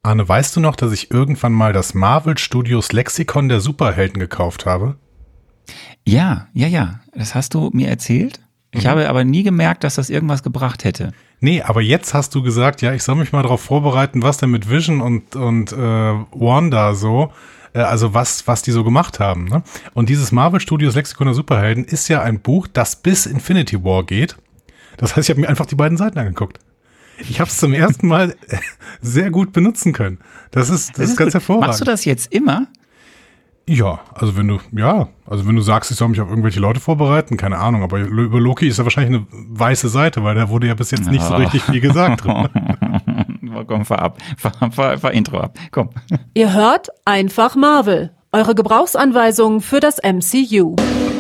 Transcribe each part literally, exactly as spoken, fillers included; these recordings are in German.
Arne, weißt du noch, dass ich irgendwann mal das Marvel Studios Lexikon der Superhelden gekauft habe? Ja, ja, ja. Das hast du mir erzählt. Ich mhm. habe aber nie gemerkt, dass das irgendwas gebracht hätte. Nee, aber jetzt hast du gesagt, ja, ich soll mich mal darauf vorbereiten, was denn mit Vision und, und äh, Wanda so, äh, also was, was die so gemacht haben. Ne? Und dieses Marvel Studios Lexikon der Superhelden ist ja ein Buch, das bis Infinity War geht. Das heißt, ich habe mir einfach die beiden Seiten angeguckt. Ich habe es zum ersten Mal sehr gut benutzen können. Das ist, das, das ist, ist ganz gut. Hervorragend. Machst du das jetzt immer? Ja, also wenn du, ja, also wenn du sagst, ich soll mich auf irgendwelche Leute vorbereiten, keine Ahnung, aber über Loki ist ja wahrscheinlich eine weiße Seite, weil da wurde ja bis jetzt nicht oh. so richtig viel gesagt drin. Komm, fahr ab, fahr, fahr, fahr Intro ab, komm. Ihr hört einfach Marvel, eure Gebrauchsanweisung für das M C U.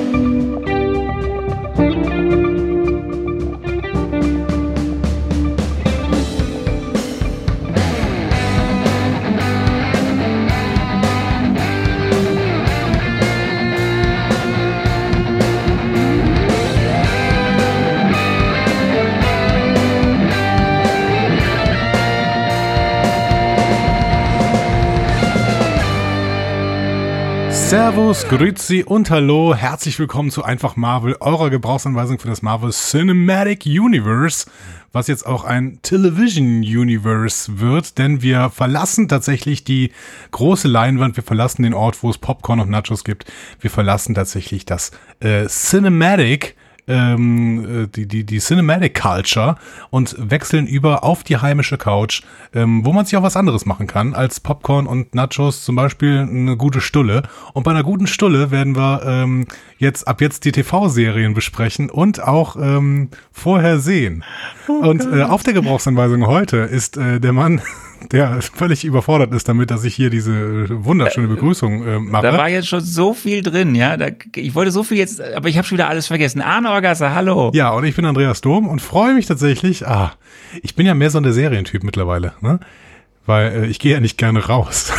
Servus, Grüezi und Hallo, herzlich willkommen zu Einfach Marvel, eurer Gebrauchsanweisung für das Marvel Cinematic Universe, was jetzt auch ein Television Universe wird, denn wir verlassen tatsächlich die große Leinwand, wir verlassen den Ort, wo es Popcorn und Nachos gibt, wir verlassen tatsächlich das äh, Cinematic Ähm, die, die, die Cinematic Culture und wechseln über auf die heimische Couch, ähm, wo man sich auch was anderes machen kann als Popcorn und Nachos, zum Beispiel eine gute Stulle. Und bei einer guten Stulle werden wir ähm, jetzt ab jetzt die T V-Serien besprechen und auch ähm, vorher sehen. Oh und äh, auf der Gebrauchsanweisung heute ist äh, der Mann, der völlig überfordert ist damit, dass ich hier diese wunderschöne Begrüßung äh, mache. Da war jetzt schon so viel drin, ja. Da, ich wollte so viel jetzt, aber ich habe schon wieder alles vergessen. Arne Orgasser, hallo. Ja, und ich bin Andreas Dom und freue mich tatsächlich, ah, ich bin ja mehr so der Serientyp mittlerweile, ne? Weil äh, ich gehe ja nicht gerne raus.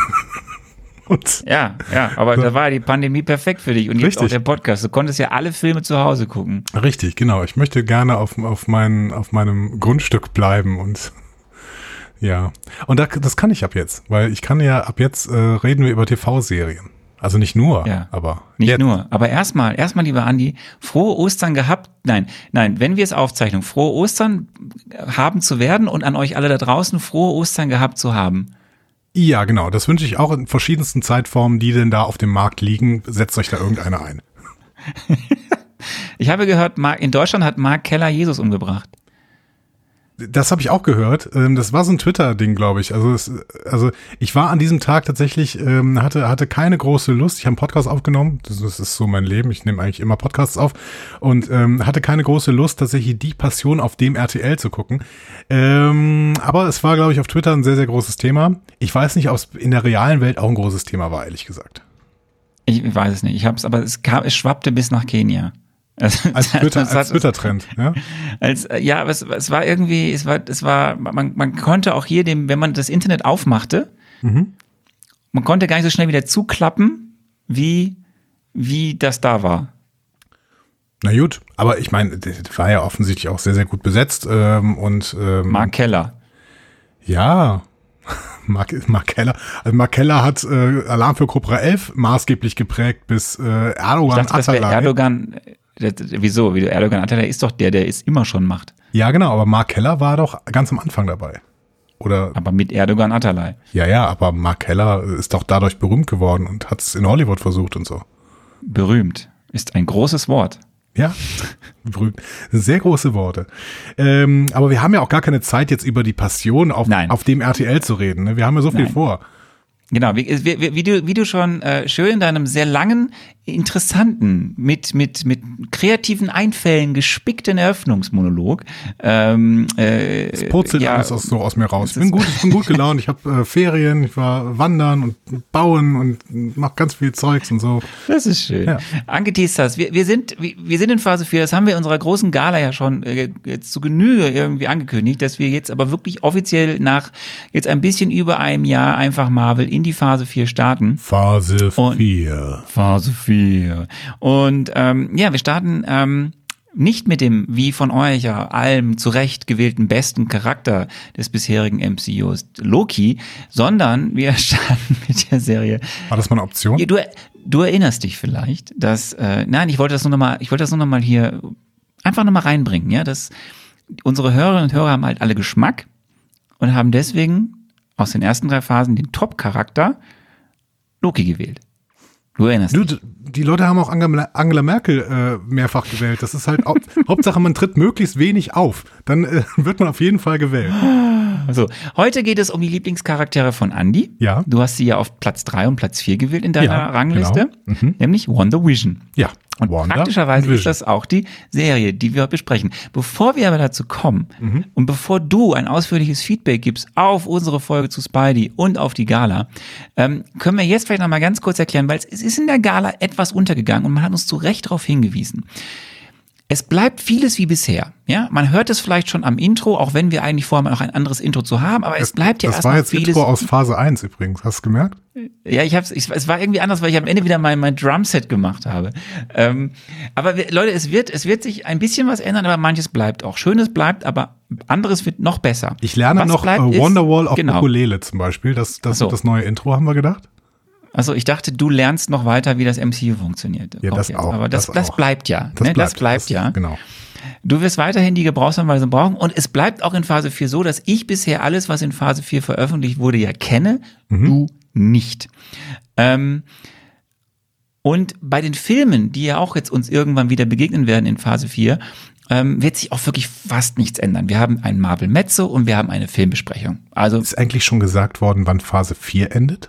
Und ja, ja, aber so. Da war die Pandemie perfekt für dich und jetzt Richtig. Auch der Podcast. Du konntest ja alle Filme zu Hause gucken. Richtig, genau. Ich möchte gerne auf, auf, mein, auf meinem Grundstück bleiben und ja, und da, das kann ich ab jetzt, weil ich kann ja ab jetzt äh, reden wir über T V-Serien. Also nicht nur, ja, aber nicht jetzt. nur. Aber erstmal, erstmal, lieber Andi, frohe Ostern gehabt. Nein, nein, wenn wir es aufzeichnen, frohe Ostern haben zu werden und an euch alle da draußen frohe Ostern gehabt zu haben. Ja, genau. Das wünsche ich auch in verschiedensten Zeitformen, die denn da auf dem Markt liegen. Setzt euch da irgendeine ein. Ich habe gehört, in Deutschland hat Mark Keller Jesus umgebracht. Das habe ich auch gehört. Das war so ein Twitter-Ding, glaube ich. Also, es, also ich war an diesem Tag tatsächlich, hatte hatte keine große Lust. Ich habe einen Podcast aufgenommen. Das ist, das ist so mein Leben. Ich nehme eigentlich immer Podcasts auf und ähm, hatte keine große Lust, tatsächlich die Passion auf dem R T L zu gucken. Ähm, aber es war, glaube ich, auf Twitter ein sehr, sehr großes Thema. Ich weiß nicht, ob es in der realen Welt auch ein großes Thema war, ehrlich gesagt. Ich weiß es nicht. Ich habe es, aber es, kam, es schwappte bis nach Kenia. Also, als Twitter, als Twitter-Trend, ja? Als, ja, aber es, es war irgendwie, es war, es war, man, man konnte auch hier dem, wenn man das Internet aufmachte, mhm. man konnte gar nicht so schnell wieder zuklappen, wie, wie das da war. Na gut, aber ich meine, das war ja offensichtlich auch sehr, sehr gut besetzt, ähm, und, ähm, Mark Keller. Ja. Mark, Mark Keller. Also Mark Keller hat äh, Alarm für Cobra elf maßgeblich geprägt bis äh, Erdogan ich dachte, Atalay. Das wäre Erdogan, das, wieso? Wie Erdogan Atalay ist doch der, der ist immer schon Macht. Ja, genau, aber Mark Keller war doch ganz am Anfang dabei. Oder? Aber mit Erdogan Atalay. Ja, ja, aber Mark Keller ist doch dadurch berühmt geworden und hat es in Hollywood versucht und so. Berühmt ist ein großes Wort. Ja, berühmt. Sehr große Worte. Ähm, aber wir haben ja auch gar keine Zeit, jetzt über die Passion auf, auf dem R T L zu reden. Ne? Wir haben ja so viel Nein. vor. Genau, wie, wie, wie, du, wie du schon äh, schön in deinem sehr langen, interessanten, mit, mit, mit kreativen Einfällen gespickten Eröffnungsmonolog. Ähm, äh, es purzelt ja, alles aus, so aus mir raus. Ich bin gut, ich bin gut gelaunt, ich habe äh, Ferien, ich war wandern und bauen und mach ganz viel Zeugs und so. Das ist schön. Ja. Angeteased hast, wir, wir, sind, wir sind in Phase vier, das haben wir in unserer großen Gala ja schon äh, jetzt zu Genüge irgendwie angekündigt, dass wir jetzt aber wirklich offiziell nach jetzt ein bisschen über einem Jahr einfach Marvel in die Phase vier starten. Phase vier. Phase vier. Und ähm, ja, wir starten ähm, nicht mit dem, wie von euch ja allem zurecht gewählten besten Charakter des bisherigen M C Us, Loki, sondern wir starten mit der Serie. War das mal eine Option? Du, du erinnerst dich vielleicht, dass, äh, nein, ich wollte das nur noch mal, ich wollte das nur noch mal hier einfach noch mal reinbringen, ja, dass unsere Hörerinnen und Hörer haben halt alle Geschmack und haben deswegen aus den ersten drei Phasen den Top-Charakter Loki gewählt. Du erinnerst du, dich. Die Leute haben auch Angela, Angela Merkel äh, mehrfach gewählt. Das ist halt hau- Hauptsache, man tritt möglichst wenig auf. Dann äh, wird man auf jeden Fall gewählt. Also, heute geht es um die Lieblingscharaktere von Andy. Ja. Du hast sie ja auf Platz drei und Platz vier gewählt in deiner Ja, Rangliste, genau. Mhm. nämlich Wonder Vision. Ja. Und Wanda praktischerweise und ist das auch die Serie, die wir heute besprechen. Bevor wir aber dazu kommen Mhm. und bevor du ein ausführliches Feedback gibst auf unsere Folge zu Spidey und auf die Gala, ähm, können wir jetzt vielleicht noch mal ganz kurz erklären, weil es ist in der Gala etwas untergegangen und man hat uns zu Recht darauf hingewiesen. Es bleibt vieles wie bisher. Ja, man hört es vielleicht schon am Intro, auch wenn wir eigentlich vorhaben, noch ein anderes Intro zu haben, aber es, es bleibt ja das erstmal war jetzt vieles. Intro aus Phase eins übrigens. Hast du gemerkt? Ja, ich hab's, ich, es war irgendwie anders, weil ich am Ende wieder mein, mein Drumset gemacht habe. Ähm, aber wir, Leute, es wird, es wird sich ein bisschen was ändern, aber manches bleibt auch. Schönes bleibt, aber anderes wird noch besser. Ich lerne was noch bleibt, äh, Wonderwall auf genau. Ukulele zum Beispiel. Das, das So. wird das neue Intro, haben wir gedacht. Also ich dachte, du lernst noch weiter, wie das M C U funktioniert. Ja, Kommt das jetzt. auch. Aber das, das, das auch. bleibt ja. Das ne? bleibt, das bleibt das, ja. Genau. Du wirst weiterhin die Gebrauchsanweisung brauchen und es bleibt auch in Phase vier so, dass ich bisher alles, was in Phase vier veröffentlicht wurde, ja kenne, Mhm. du nicht. Ähm, und bei den Filmen, die ja auch jetzt uns irgendwann wieder begegnen werden in Phase vier, ähm, wird sich auch wirklich fast nichts ändern. Wir haben ein Marvel Mezzo und wir haben eine Filmbesprechung. Also Ist eigentlich schon gesagt worden, wann Phase vier endet?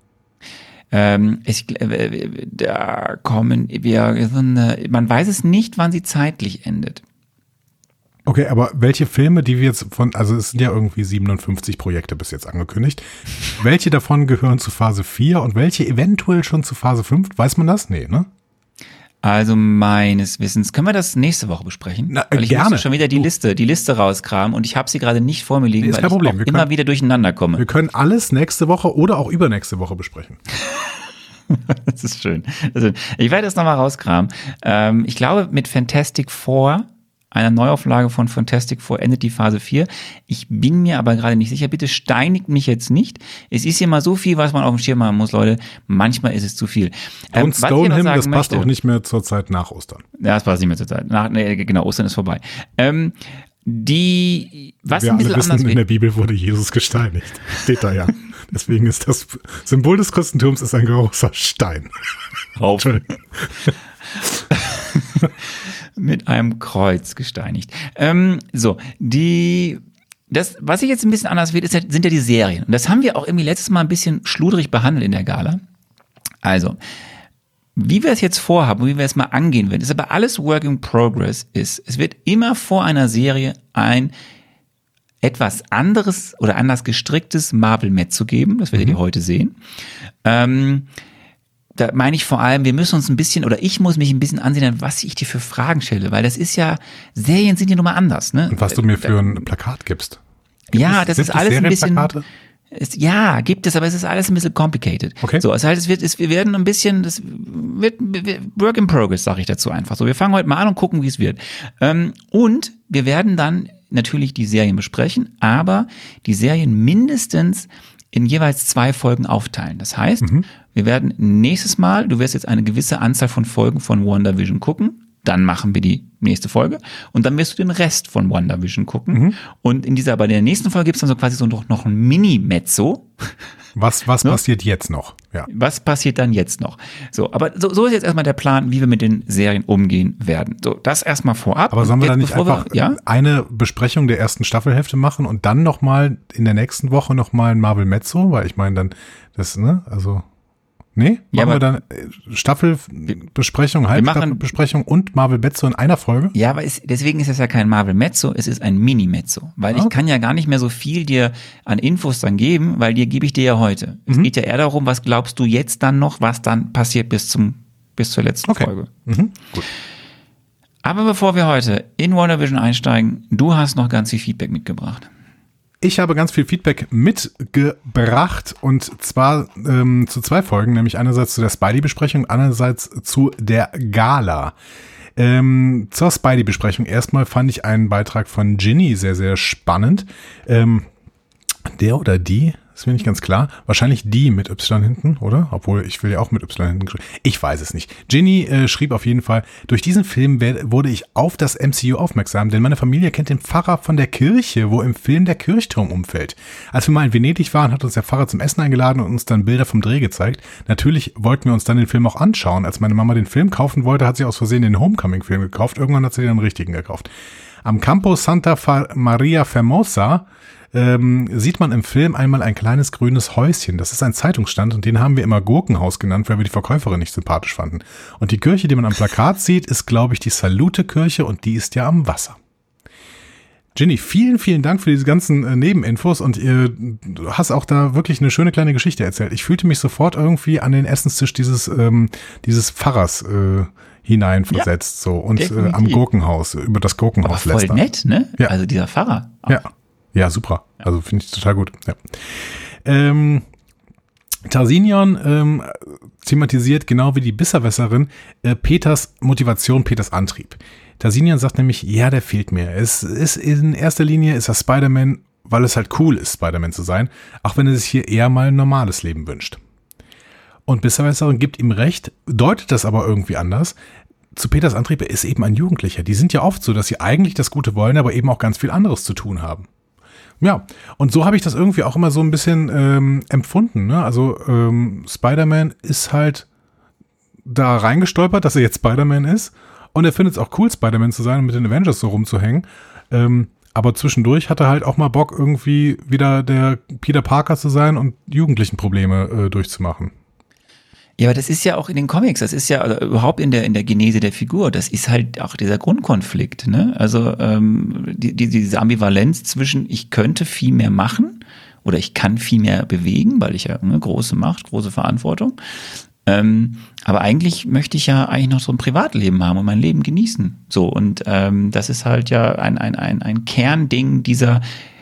Ähm, ich, äh, da kommen wir, man weiß es nicht, wann sie zeitlich endet. Okay, aber welche Filme, die wir jetzt von, also es sind ja irgendwie siebenundfünfzig Projekte bis jetzt angekündigt, welche davon gehören zu Phase vier und welche eventuell schon zu Phase fünf? Weiß man das? Nee, ne? Also meines Wissens, können wir das nächste Woche besprechen? Na, weil ich gerne. musste schon wieder die Liste, die Liste rauskramen und ich habe sie gerade nicht vor mir liegen, Nee, ist weil kein ich Problem. auch Wir immer können- wieder durcheinander komme. Wir können alles nächste Woche oder auch übernächste Woche besprechen. Das ist schön. Also, ich werde das nochmal rauskramen. Ähm, ich glaube, mit Fantastic Four, einer Neuauflage von Fantastic Four, endet die Phase vier. Ich bin mir aber gerade nicht sicher. Bitte steinigt mich jetzt nicht. Es ist hier mal so viel, was man auf dem Schirm haben muss, Leute. Manchmal ist es zu viel. Ähm, Und was ich aber Stoneham, sagen das passt möchte- auch nicht mehr zur Zeit nach Ostern. Ja, das passt nicht mehr zur Zeit. Nach, nee, genau, Ostern ist vorbei. Ähm, die, was Wir ein alle bisschen wissen, anders in wird. der Bibel wurde Jesus gesteinigt. Steht da ja. Deswegen ist das Symbol des Christentums ist ein großer Stein. Auf. Mit einem Kreuz gesteinigt. Ähm, so, die, das, was ich jetzt ein bisschen anders wird, ist, sind ja die Serien. Und das haben wir auch irgendwie letztes Mal ein bisschen schludrig behandelt in der Gala. Also, wie wir es jetzt vorhaben, wie wir es mal angehen werden, ist aber alles Work in Progress ist. Es wird immer vor einer Serie ein etwas anderes oder anders gestricktes Marvel-Mezzo geben. Das werdet ihr heute sehen. Ähm, da meine ich vor allem, wir müssen uns ein bisschen, oder ich muss mich ein bisschen ansehen, was ich dir für Fragen stelle, weil das ist ja, Serien sind ja nun mal anders, ne? Und was du mir für ein Plakat gibst. Gibt Ja, es- das sind ist es alles ein bisschen, Serienplakate? es, ja, gibt es, aber es ist alles ein bisschen complicated. Okay. So, das heißt, es wird, es, wir werden ein bisschen, das wird, wird Work in Progress, sage ich dazu einfach. So, wir fangen heute mal an und gucken, wie es wird. Ähm, und wir werden dann natürlich die Serien besprechen, aber die Serien mindestens in jeweils zwei Folgen aufteilen. Das heißt, Mhm. wir werden nächstes Mal, du wirst jetzt eine gewisse Anzahl von Folgen von WandaVision gucken, dann machen wir die nächste Folge und dann wirst du den Rest von WandaVision gucken. Mhm. Und in dieser, bei der nächsten Folge gibt es dann so quasi so noch, noch ein Mini-Mezzo. Was, was Ne? passiert jetzt noch? Ja. Was passiert dann jetzt noch? So, aber so, so ist jetzt erstmal der Plan, wie wir mit den Serien umgehen werden. So, das erstmal vorab. Aber sollen wir Jetzt, da nicht bevor einfach wir, ja? eine Besprechung der ersten Staffelhälfte machen und dann nochmal in der nächsten Woche nochmal ein Marvel Mezzo? Weil ich meine dann, das, ne, also, nee? Ja, Machen wir aber- dann äh, Staffelbesprechung, machen- Halbstaffelbesprechung und Marvel Mezzo in einer Folge? Ja, aber es, deswegen ist es ja kein Marvel Mezzo, es ist ein Mini-Mezzo. Weil ich Okay. kann ja gar nicht mehr so viel dir an Infos dann geben, weil dir gebe ich dir ja heute. Es Mhm. geht ja eher darum, was glaubst du jetzt dann noch, was dann passiert bis zum, bis zur letzten Okay. Folge. Mhm. Gut. Aber bevor wir heute in WandaVision einsteigen, du hast noch ganz viel Feedback mitgebracht. Ich habe ganz viel Feedback mitgebracht und zwar ähm, zu zwei Folgen, nämlich einerseits zu der Spidey-Besprechung, andererseits zu der Gala. Ähm, zur Spidey-Besprechung. Erstmal fand ich einen Beitrag von Ginny sehr, sehr spannend. Ähm, der oder die, ist mir nicht ganz klar. Wahrscheinlich die mit Y hinten, oder? Obwohl, ich will ja auch mit Y hinten geschrieben. Ich weiß es nicht. Ginny äh, schrieb auf jeden Fall, durch diesen Film werd, wurde ich auf das M C U aufmerksam, denn meine Familie kennt den Pfarrer von der Kirche, wo im Film der Kirchturm umfällt. Als wir mal in Venedig waren, hat uns der Pfarrer zum Essen eingeladen und uns dann Bilder vom Dreh gezeigt. Natürlich wollten wir uns dann den Film auch anschauen. Als meine Mama den Film kaufen wollte, hat sie aus Versehen den Homecoming-Film gekauft. Irgendwann hat sie den richtigen gekauft. Am Campo Santa Maria Fermosa Ähm, sieht man im Film einmal ein kleines grünes Häuschen. Das ist ein Zeitungsstand und den haben wir immer Gurkenhaus genannt, weil wir die Verkäuferin nicht sympathisch fanden. Und die Kirche, die man am Plakat sieht, ist, glaube ich, die Salute-Kirche und die ist ja am Wasser. Ginny, vielen, vielen Dank für diese ganzen äh, Nebeninfos und äh, du hast auch da wirklich eine schöne kleine Geschichte erzählt. Ich fühlte mich sofort irgendwie an den Essenstisch dieses, ähm, dieses Pfarrers äh, hineinversetzt, ja, so und äh, am Gurkenhaus, über das Gurkenhaus lästern. Voll nett, ne? Ja. Also dieser Pfarrer. Auch. Ja. Ja, super. Also finde ich total gut. Ja. Ähm, Tarsinion ähm, thematisiert genau wie die Besserwisserin äh, Peters Motivation, Peters Antrieb. Tarsinion sagt nämlich, ja, der fehlt mir. Es ist in erster Linie ist er Spider-Man, weil es halt cool ist, Spider-Man zu sein, auch wenn er sich hier eher mal ein normales Leben wünscht. Und Besserwisserin gibt ihm recht, deutet das aber irgendwie anders. Zu Peters Antrieb, er ist eben ein Jugendlicher. Die sind ja oft so, dass sie eigentlich das Gute wollen, aber eben auch ganz viel anderes zu tun haben. Ja, und so habe ich das irgendwie auch immer so ein bisschen ähm, empfunden. Ne? Also ähm, Spider-Man ist halt da reingestolpert, dass er jetzt Spider-Man ist. Und er findet es auch cool, Spider-Man zu sein und mit den Avengers so rumzuhängen. Ähm, aber zwischendurch hat er halt auch mal Bock, irgendwie wieder der Peter Parker zu sein und jugendlichen Probleme äh, durchzumachen. Ja, aber das ist ja auch in den Comics, das ist ja also überhaupt in der in der Genese der Figur, das ist halt auch dieser Grundkonflikt, ne? Also ähm, die, die, diese Ambivalenz zwischen ich könnte viel mehr machen oder ich kann viel mehr bewegen, weil ich ja eine große Macht, große Verantwortung. Ähm, aber eigentlich möchte ich ja eigentlich noch so ein Privatleben haben und mein Leben genießen. So, und ähm, das ist halt ja ein ein ein ein Kernding dieser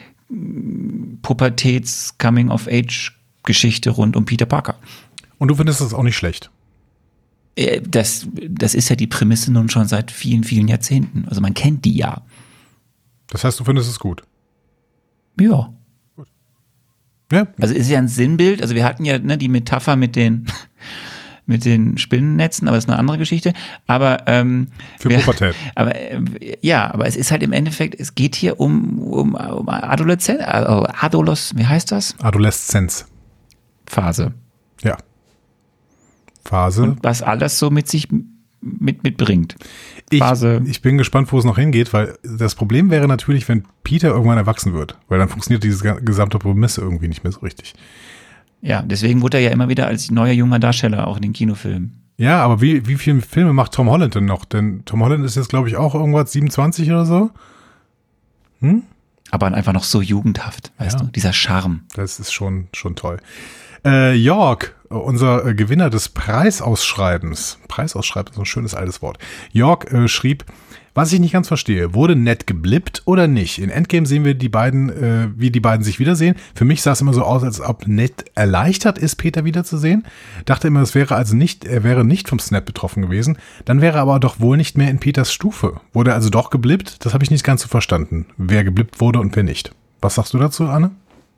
Pubertäts-Coming-of-Age-Geschichte rund um Peter Parker. Und du findest das auch nicht schlecht? Das, das ist ja die Prämisse nun schon seit vielen, vielen Jahrzehnten. Also man kennt die ja. Das heißt, du findest es gut? Ja. Gut. Ja. Also ist ja ein Sinnbild. Also wir hatten ja ne, die Metapher mit den mit den Spinnennetzen, aber das ist eine andere Geschichte. Aber ähm, für wir, Pubertät. Aber äh, ja, aber es ist halt im Endeffekt, es geht hier um um, um Adoleszenz, also Adolos, wie heißt das? Adoleszenz. Phase. Ja. Phase. Und was alles so mit sich mit, mitbringt. Phase. Ich, ich bin gespannt, wo es noch hingeht, weil das Problem wäre natürlich, wenn Peter irgendwann erwachsen wird, weil dann funktioniert diese gesamte Prämisse irgendwie nicht mehr so richtig. Ja, deswegen wurde er ja immer wieder als neuer junger Darsteller auch in den Kinofilmen. Ja, aber wie, wie viele Filme macht Tom Holland denn noch? Denn Tom Holland ist jetzt, glaube ich, auch irgendwas siebenundzwanzig oder so. Hm? Aber einfach noch so jugendhaft, weißt ja. du, dieser Charme. Das ist schon, schon toll. Äh, York, unser äh, Gewinner des Preisausschreibens, Preisausschreiben ist ein schönes altes Wort. York äh, schrieb, was ich nicht ganz verstehe, wurde Ned geblippt oder nicht? In Endgame sehen wir die beiden, äh, wie die beiden sich wiedersehen. Für mich sah es immer so aus, als ob Ned erleichtert ist, Peter wiederzusehen. Dachte immer, es wäre also nicht, er wäre nicht vom Snap betroffen gewesen. Dann wäre er aber doch wohl nicht mehr in Peters Stufe. Wurde er also doch geblippt? Das habe ich nicht ganz so verstanden. Wer geblippt wurde und wer nicht. Was sagst du dazu, Anne?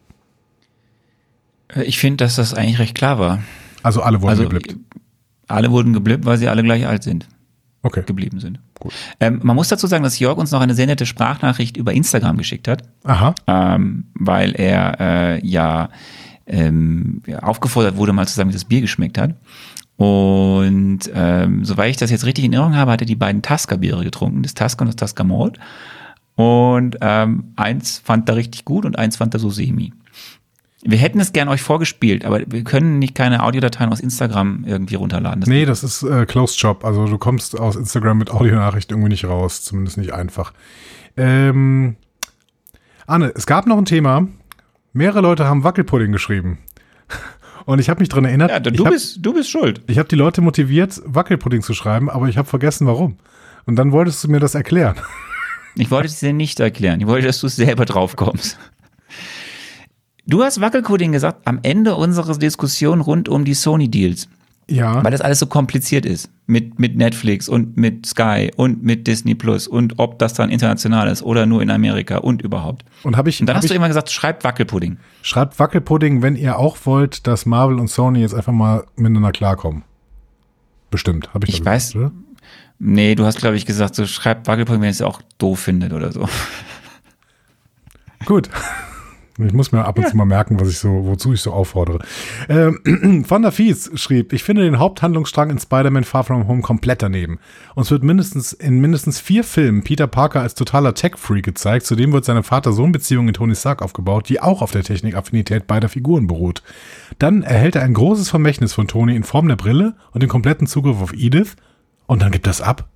Ich finde, dass das eigentlich recht klar war. Also alle wurden also, geblippt? Alle wurden geblippt, weil sie alle gleich alt sind. Okay. Geblieben sind. Gut. Ähm, man muss dazu sagen, dass Jörg uns noch eine sehr nette Sprachnachricht über Instagram geschickt hat. Aha. Ähm, weil er äh, ja, ähm, ja aufgefordert wurde, mal zu sagen, wie das Bier geschmeckt hat. Und ähm, soweit ich das jetzt richtig in Erinnerung habe, hat er die beiden Tasker-Biere getrunken, das Tasker und das Tasker Malt. Und ähm, eins fand er richtig gut und eins fand er so semi. Wir hätten es gern euch vorgespielt, aber wir können nicht keine Audiodateien aus Instagram irgendwie runterladen. Das nee, das ist äh, Closed Shop. Also du kommst aus Instagram mit Audionachrichten irgendwie nicht raus. Zumindest nicht einfach. Ähm, Anne, es gab noch ein Thema. Mehrere Leute haben Wackelpudding geschrieben. Und ich habe mich dran erinnert. Ja, du, hab, bist, du bist schuld. Ich habe die Leute motiviert, Wackelpudding zu schreiben, aber ich habe vergessen, warum. Und dann wolltest du mir das erklären. Ich wollte es dir nicht erklären. Ich wollte, dass du selber drauf kommst. Du hast Wackelpudding gesagt am Ende unserer Diskussion rund um die Sony-Deals. Ja. Weil das alles so kompliziert ist. Mit, mit Netflix und mit Sky und mit Disney Plus und ob das dann international ist oder nur in Amerika und überhaupt. Und, hab ich, und dann hab hast ich, du immer gesagt, schreibt Wackelpudding. Schreibt Wackelpudding, wenn ihr auch wollt, dass Marvel und Sony jetzt einfach mal miteinander klarkommen. Bestimmt, habe ich Ich da weiß, gesagt, oder? Nee, du hast, glaube ich, gesagt, so schreibt Wackelpudding, wenn ihr es auch doof findet oder so. Gut. Ich muss mir ab und zu mal merken, was ich so, wozu ich so auffordere. Ähm, Von der Fies schrieb, ich finde den Haupthandlungsstrang in Spider-Man Far From Home komplett daneben. Uns wird mindestens in mindestens vier Filmen Peter Parker als totaler Tech-Freak gezeigt. Zudem wird seine Vater-Sohn-Beziehung in Tony Stark aufgebaut, die auch auf der Technikaffinität beider Figuren beruht. Dann erhält er ein großes Vermächtnis von Tony in Form der Brille und den kompletten Zugriff auf Edith. Und dann gibt das ab.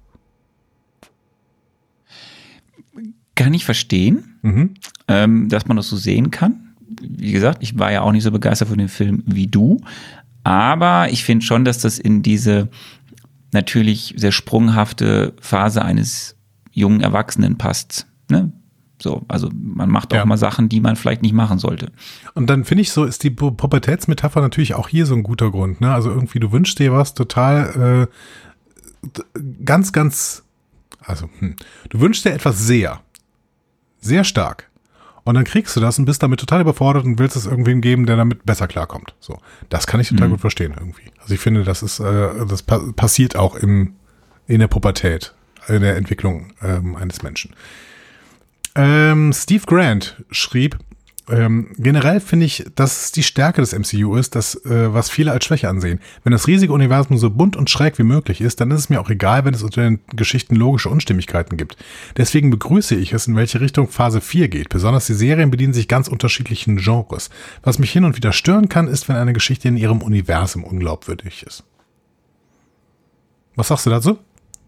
Kann ich verstehen, Mhm. ähm, dass man das so sehen kann. Wie gesagt, ich war ja auch nicht so begeistert von dem Film wie du, aber ich finde schon, dass das in diese natürlich sehr sprunghafte Phase eines jungen Erwachsenen passt. Ne? So, also man macht auch Ja. mal Sachen, die man vielleicht nicht machen sollte. Und dann finde ich so, ist die Pu- Pubertätsmetapher natürlich auch hier so ein guter Grund. Ne? Also irgendwie, du wünschst dir was total äh, d- ganz, ganz, also hm, du wünschst dir etwas sehr, sehr stark. Und dann kriegst du das und bist damit total überfordert und willst es irgendwem geben, der damit besser klarkommt. So, das kann ich total Mhm. gut verstehen irgendwie. Also ich finde, das ist, äh, das pa- passiert auch im, in der Pubertät, in der Entwicklung ähm, eines Menschen. Ähm, Steve Grant schrieb, ähm, generell finde ich, dass es die Stärke des M C U ist, das, äh, was viele als Schwäche ansehen. Wenn das riesige Universum so bunt und schräg wie möglich ist, dann ist es mir auch egal, wenn es unter den Geschichten logische Unstimmigkeiten gibt. Deswegen begrüße ich es, in welche Richtung Phase vier geht. Besonders die Serien bedienen sich ganz unterschiedlichen Genres. Was mich hin und wieder stören kann, ist, wenn eine Geschichte in ihrem Universum unglaubwürdig ist. Was sagst du dazu?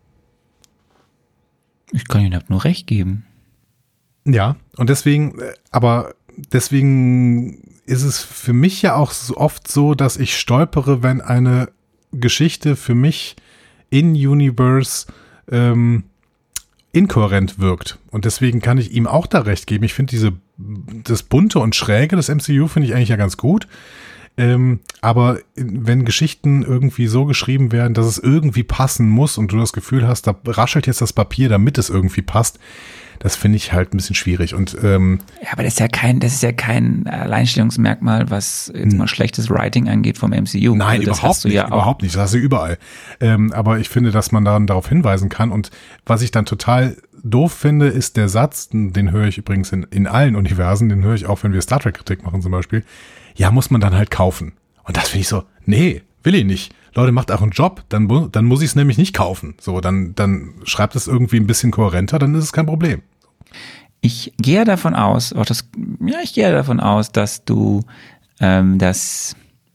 Ich kann Ihnen nur recht geben. Ja, und deswegen, äh, aber deswegen ist es für mich ja auch so oft so, dass ich stolpere, wenn eine Geschichte für mich in Universe ähm, inkohärent wirkt. Und deswegen kann ich ihm auch da recht geben. Ich finde diese, das Bunte und Schräge des M C U finde ich eigentlich ja ganz gut. Ähm, aber wenn Geschichten irgendwie so geschrieben werden, dass es irgendwie passen muss und du das Gefühl hast, da raschelt jetzt das Papier, damit es irgendwie passt, das finde ich halt ein bisschen schwierig. Und ähm, Ja, aber das ist ja kein, das ist ja kein Alleinstellungsmerkmal, was jetzt mal schlechtes Writing angeht vom M C U. nein, Also das überhaupt hast du nicht, ja auch. überhaupt nicht. Das hast du überall. Ähm, aber ich finde, dass man daran darauf hinweisen kann. Und was ich dann total doof finde, ist der Satz, den höre ich übrigens in, in allen Universen, den höre ich auch, wenn wir Star Trek-Kritik machen zum Beispiel. Ja, muss man dann halt kaufen. Und das finde ich so, nee, will ich nicht. Leute, macht auch einen Job, dann, mu- dann muss ich es nämlich nicht kaufen. So, dann, dann schreibt es irgendwie ein bisschen kohärenter, dann ist es kein Problem. Ich gehe davon aus, auch das, ja, ich gehe davon aus, dass du ähm, das,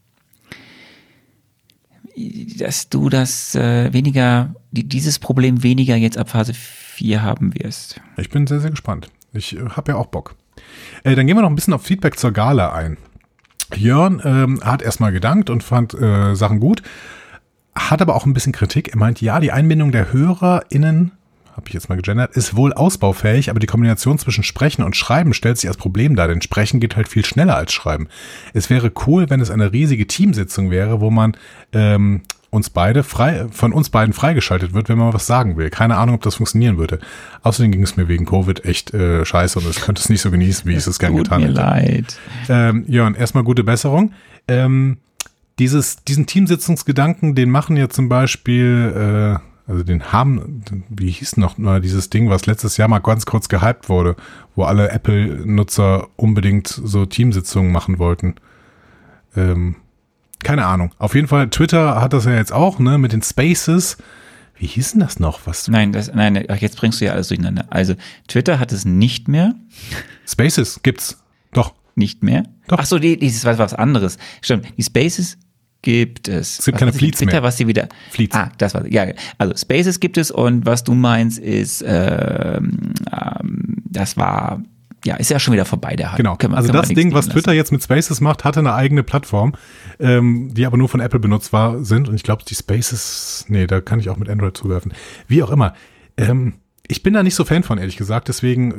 dass du das äh, weniger, die, dieses Problem weniger jetzt ab Phase vier haben wirst. Ich bin sehr, sehr gespannt. Ich äh, habe ja auch Bock. Äh, dann gehen wir noch ein bisschen auf Feedback zur Gala ein. Jörn ähm, hat erstmal gedankt und fand äh, Sachen gut, hat aber auch ein bisschen Kritik. Er meint, ja, die Einbindung der HörerInnen, habe ich jetzt mal gegendert, ist wohl ausbaufähig, aber die Kombination zwischen Sprechen und Schreiben stellt sich als Problem dar, denn Sprechen geht halt viel schneller als Schreiben. Es wäre cool, wenn es eine riesige Teamsitzung wäre, wo man ähm, uns beide frei, von uns beiden freigeschaltet wird, wenn man was sagen will. Keine Ahnung, ob das funktionieren würde. Außerdem ging es mir wegen Covid echt äh, scheiße und ich könnte es nicht so genießen, wie ich es gern getan Tut hätte. mir leid. Ähm, Jörn, erstmal gute Besserung. Ähm, dieses, diesen Teamsitzungsgedanken, den machen ja zum Beispiel, äh, also den haben, wie hieß noch mal dieses Ding, was letztes Jahr mal ganz kurz gehypt wurde, wo alle Apple-Nutzer unbedingt so Teamsitzungen machen wollten. Ähm, keine Ahnung. Auf jeden Fall, Twitter hat das ja jetzt auch, ne, mit den Spaces. Wie hieß denn das noch? Was? Nein, das, nein, ach, jetzt bringst du ja alles durcheinander. Also Twitter hat es nicht mehr. Spaces gibt's. Doch. Nicht mehr? Doch. Ach so, die, dieses was was anderes. Stimmt, die Spaces gibt es. Es gibt Was keine weiß ich, Fleets Twitter, mehr. was sie wieder. Fleets. Ah, das war ja. Also Spaces gibt es und was du meinst ist, ähm, ähm, das war ja ist ja schon wieder vorbei der Hype. Genau. Können wir- Also können wir das nichts Ding, was liegen Twitter lassen. jetzt mit Spaces macht, hatte eine eigene Plattform, ähm, die aber nur von Apple benutzt war, sind. Und ich glaube, die Spaces, nee, da kann ich auch mit Android zuwerfen. Wie auch immer. Ähm, ich bin da nicht so Fan von, ehrlich gesagt. Deswegen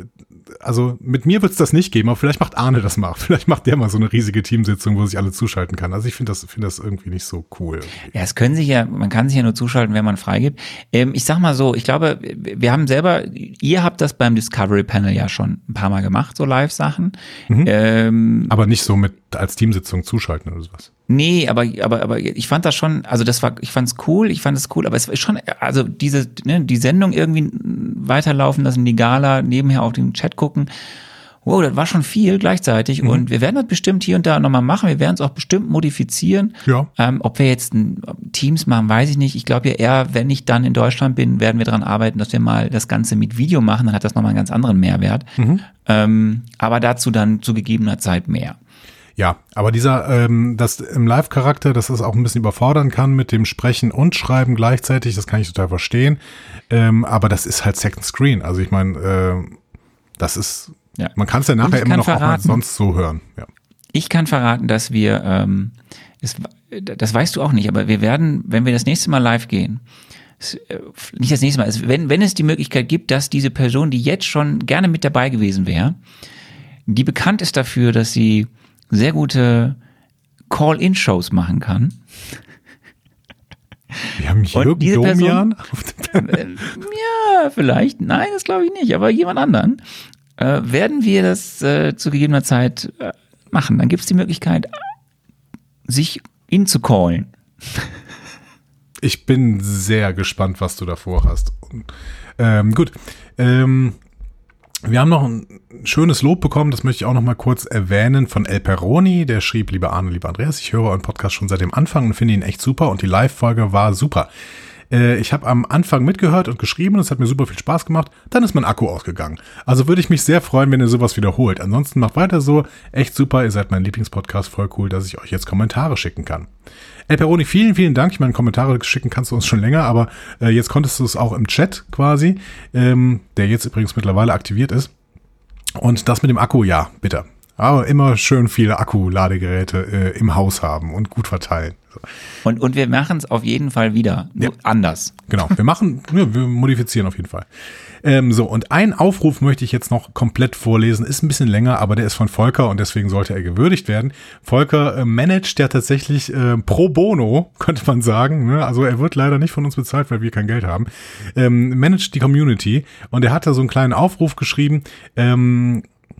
also mit mir wird es das nicht geben, aber vielleicht macht Arne das mal. Vielleicht macht der mal so eine riesige Teamsitzung, wo sich alle zuschalten kann. Also ich finde das, finde das irgendwie nicht so cool. Irgendwie. Ja, es können sich ja, man kann sich ja nur zuschalten, wenn man freigibt. Ähm, ich sag mal so, ich glaube, wir haben selber, ihr habt das beim Discovery Panel ja schon ein paar Mal gemacht, so Live-Sachen. Mhm. Ähm, aber nicht so mit als Teamsitzung zuschalten oder sowas. Nee, aber, aber, aber ich fand das schon, also das war, ich fand's cool, ich fand es cool, aber es ist schon, also diese, ne, die Sendung irgendwie weiterlaufen lassen, die Gala, nebenher auf den Chat gucken, wow, das war schon viel gleichzeitig mhm. und wir werden das bestimmt hier und da nochmal machen, wir werden es auch bestimmt modifizieren. Ja. Ähm, ob wir jetzt ein, Teams machen, weiß ich nicht. Ich glaube ja eher, wenn ich dann in Deutschland bin, werden wir daran arbeiten, dass wir mal das Ganze mit Video machen, dann hat das nochmal einen ganz anderen Mehrwert. Mhm. Ähm, aber dazu dann zu gegebener Zeit mehr. Ja, aber dieser, ähm, das im Live-Charakter, dass das auch ein bisschen überfordern kann mit dem Sprechen und Schreiben gleichzeitig, das kann ich total verstehen. Ähm, aber das ist halt Second Screen. Also ich meine, äh, das ist, ja. man kann es ja nachher immer noch verraten, auch sonst so hören. Ja. Ich kann verraten, dass wir, ähm, es, das weißt du auch nicht, aber wir werden, wenn wir das nächste Mal live gehen, es, nicht das nächste Mal, es, wenn, wenn es die Möglichkeit gibt, dass diese Person, die jetzt schon gerne mit dabei gewesen wäre, die bekannt ist dafür, dass sie sehr gute Call-In-Shows machen kann. Wir haben Jürgen Domian auf dem äh, Ja, vielleicht. Nein, das glaube ich nicht. Aber jemand anderen. Äh, werden wir das äh, zu gegebener Zeit äh, machen. Dann gibt es die Möglichkeit, sich ihn zu callen. Ich bin sehr gespannt, was du davor hast. Und, ähm, gut. Ähm, Wir haben noch ein schönes Lob bekommen, das möchte ich auch noch mal kurz erwähnen, von El Peroni, der schrieb, lieber Arne, lieber Andreas, ich höre euren Podcast schon seit dem Anfang und finde ihn echt super und die Live-Folge war super. Äh, ich habe am Anfang mitgehört und geschrieben und es hat mir super viel Spaß gemacht, dann ist mein Akku ausgegangen. Also würde ich mich sehr freuen, wenn ihr sowas wiederholt. Ansonsten macht weiter so, echt super, ihr seid mein Lieblingspodcast, voll cool, dass ich euch jetzt Kommentare schicken kann. El Peroni, vielen, vielen Dank. Ich meine, Kommentare schicken kannst du uns schon länger, aber äh, jetzt konntest du es auch im Chat quasi, ähm, der jetzt übrigens mittlerweile aktiviert ist. Und das mit dem Akku, ja, bitte. Aber immer schön viele Akku-Ladegeräte äh, im Haus haben und gut verteilen. So. Und, und wir machen es auf jeden Fall wieder, nur ja. anders. Genau, wir machen, ja, wir modifizieren auf jeden Fall. Ähm, so, und einen Aufruf möchte ich jetzt noch komplett vorlesen, ist ein bisschen länger, aber der ist von Volker und deswegen sollte er gewürdigt werden. Volker äh, managt ja tatsächlich äh, pro bono, könnte man sagen, ne? Also er wird leider nicht von uns bezahlt, weil wir kein Geld haben, ähm, managt die Community und er hat da so einen kleinen Aufruf geschrieben, ähm,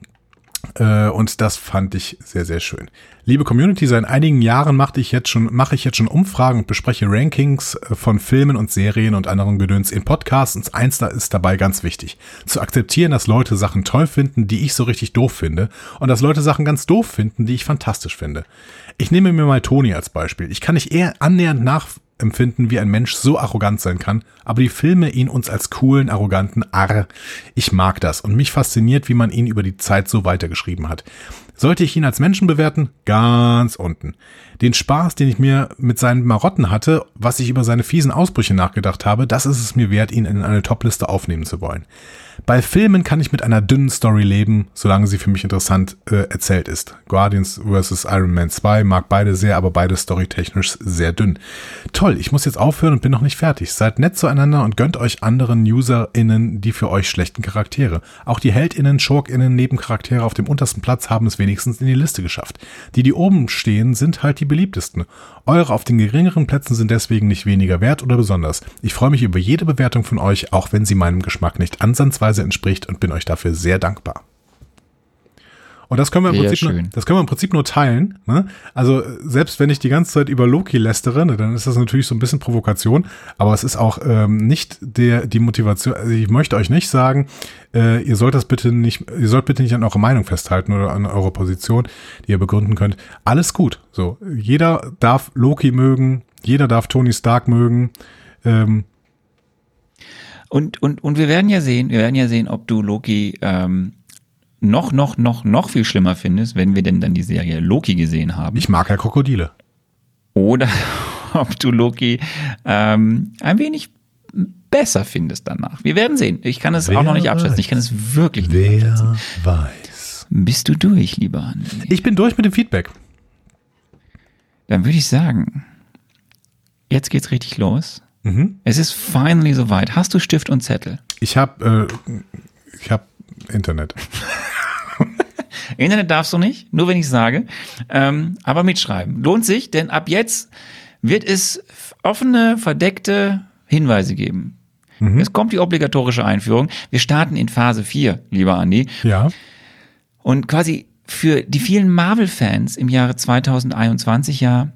äh, und das fand ich sehr, sehr schön. Liebe Community, seit einigen Jahren mache ich jetzt schon, mache ich jetzt schon Umfragen und bespreche Rankings von Filmen und Serien und anderen Gedöns in Podcasts. Und eins da ist dabei ganz wichtig. Zu akzeptieren, dass Leute Sachen toll finden, die ich so richtig doof finde. Und dass Leute Sachen ganz doof finden, die ich fantastisch finde. Ich nehme mir mal Toni als Beispiel. Ich kann nicht eher annähernd nachempfinden, wie ein Mensch so arrogant sein kann. Aber die Filme ihn uns als coolen, arroganten Arr. Ich mag das. Und mich fasziniert, wie man ihn über die Zeit so weitergeschrieben hat. Sollte ich ihn als Menschen bewerten? Ganz unten. Den Spaß, den ich mir mit seinen Marotten hatte, was ich über seine fiesen Ausbrüche nachgedacht habe, das ist es mir wert, ihn in eine Topliste aufnehmen zu wollen. Bei Filmen kann ich mit einer dünnen Story leben, solange sie für mich interessant äh, erzählt ist. Guardians versus. Iron Man zwei mag beide sehr, aber beide storytechnisch sehr dünn. Toll, ich muss jetzt aufhören und bin noch nicht fertig. Seid nett zueinander und gönnt euch anderen UserInnen die für euch schlechten Charaktere. Auch die HeldInnen, SchurkInnen, Nebencharaktere auf dem untersten Platz haben es wenigstens in die Liste geschafft. Die, die oben stehen, sind halt die beliebtesten. Eure auf den geringeren Plätzen sind deswegen nicht weniger wert oder besonders. Ich freue mich über jede Bewertung von euch, auch wenn sie meinem Geschmack nicht ansatzweise entspricht und bin euch dafür sehr dankbar. Und das können wir im, Prinzip nur, das können wir im Prinzip nur teilen. Ne? Also selbst wenn ich die ganze Zeit über Loki lästere, ne, dann ist das natürlich so ein bisschen Provokation, aber es ist auch ähm, nicht der die Motivation. Also ich möchte euch nicht sagen, äh, ihr sollt das bitte nicht, ihr sollt bitte nicht an eurer Meinung festhalten oder an eurer Position, die ihr begründen könnt. Alles gut. So, jeder darf Loki mögen, jeder darf Tony Stark mögen. Ähm, Und, und, und wir werden ja sehen, wir werden ja sehen, ob du Loki ähm, noch, noch, noch, noch viel schlimmer findest, wenn wir denn dann die Serie Loki gesehen haben. Ich mag ja Krokodile. Oder ob du Loki ähm, ein wenig besser findest danach. Wir werden sehen. Ich kann es Wer auch noch nicht abschätzen. Ich kann es wirklich Wer nicht abschätzen. Wer weiß. Bist du durch, lieber André? Ich bin durch mit dem Feedback. Dann würde ich sagen, jetzt geht's richtig los. Mhm. Es ist finally soweit. Hast du Stift und Zettel? Ich habe äh, ich habe Internet. Internet darfst du nicht, nur wenn ich sage. Ähm, aber mitschreiben. Lohnt sich, denn ab jetzt wird es offene, verdeckte Hinweise geben. Mhm. Jetzt kommt die obligatorische Einführung. Wir starten in Phase vier, lieber Andi. Ja. Und quasi für die vielen Marvel-Fans im Jahre zweitausendeinundzwanzig ja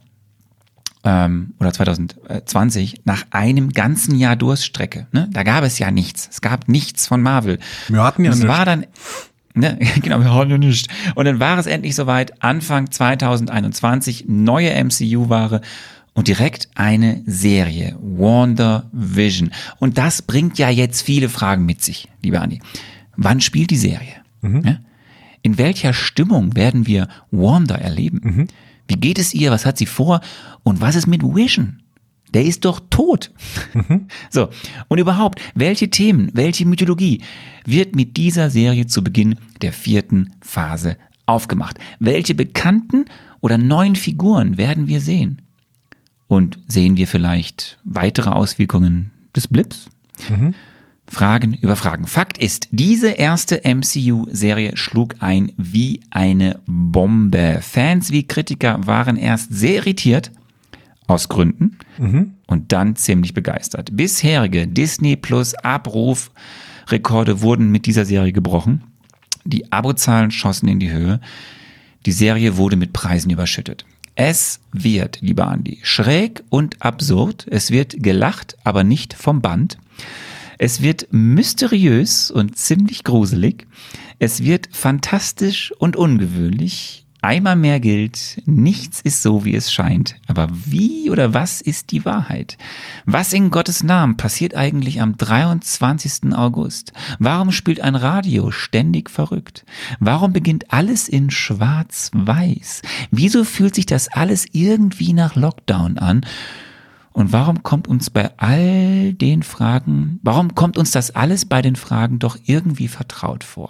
ähm, oder zweitausendzwanzig nach einem ganzen Jahr Durststrecke. Ne? Da gab es ja nichts. Es gab nichts von Marvel. Wir hatten ja es nichts. war dann Ne, genau, wir hatten ja nicht. Und dann war es endlich soweit, Anfang zweitausendeinundzwanzig, neue M C U-Ware und direkt eine Serie, WandaVision. Und das bringt ja jetzt viele Fragen mit sich, lieber Andi. Wann spielt die Serie? Mhm. Ja? In welcher Stimmung werden wir Wanda erleben? Mhm. Wie geht es ihr? Was hat sie vor? Und was ist mit Vision? Der ist doch tot. Mhm. So. Und überhaupt, welche Themen, welche Mythologie wird mit dieser Serie zu Beginn der vierten Phase aufgemacht? Welche bekannten oder neuen Figuren werden wir sehen? Und sehen wir vielleicht weitere Auswirkungen des Blips? Mhm. Fragen über Fragen. Fakt ist, diese erste M C U-Serie schlug ein wie eine Bombe. Fans wie Kritiker waren erst sehr irritiert, aus Gründen, mhm. und dann ziemlich begeistert. Bisherige Disney Plus Abrufrekorde wurden mit dieser Serie gebrochen. Die Abozahlen schossen in die Höhe. Die Serie wurde mit Preisen überschüttet. Es wird, lieber Andi, schräg und absurd. Es wird gelacht, aber nicht vom Band. Es wird mysteriös und ziemlich gruselig. Es wird fantastisch und ungewöhnlich. Einmal mehr gilt, nichts ist so, wie es scheint. Aber wie oder was ist die Wahrheit? Was in Gottes Namen passiert eigentlich am dreiundzwanzigsten August? Warum spielt ein Radio ständig verrückt? Warum beginnt alles in Schwarz-Weiß? Wieso fühlt sich das alles irgendwie nach Lockdown an? Und warum kommt uns bei all den Fragen, warum kommt uns das alles bei den Fragen doch irgendwie vertraut vor?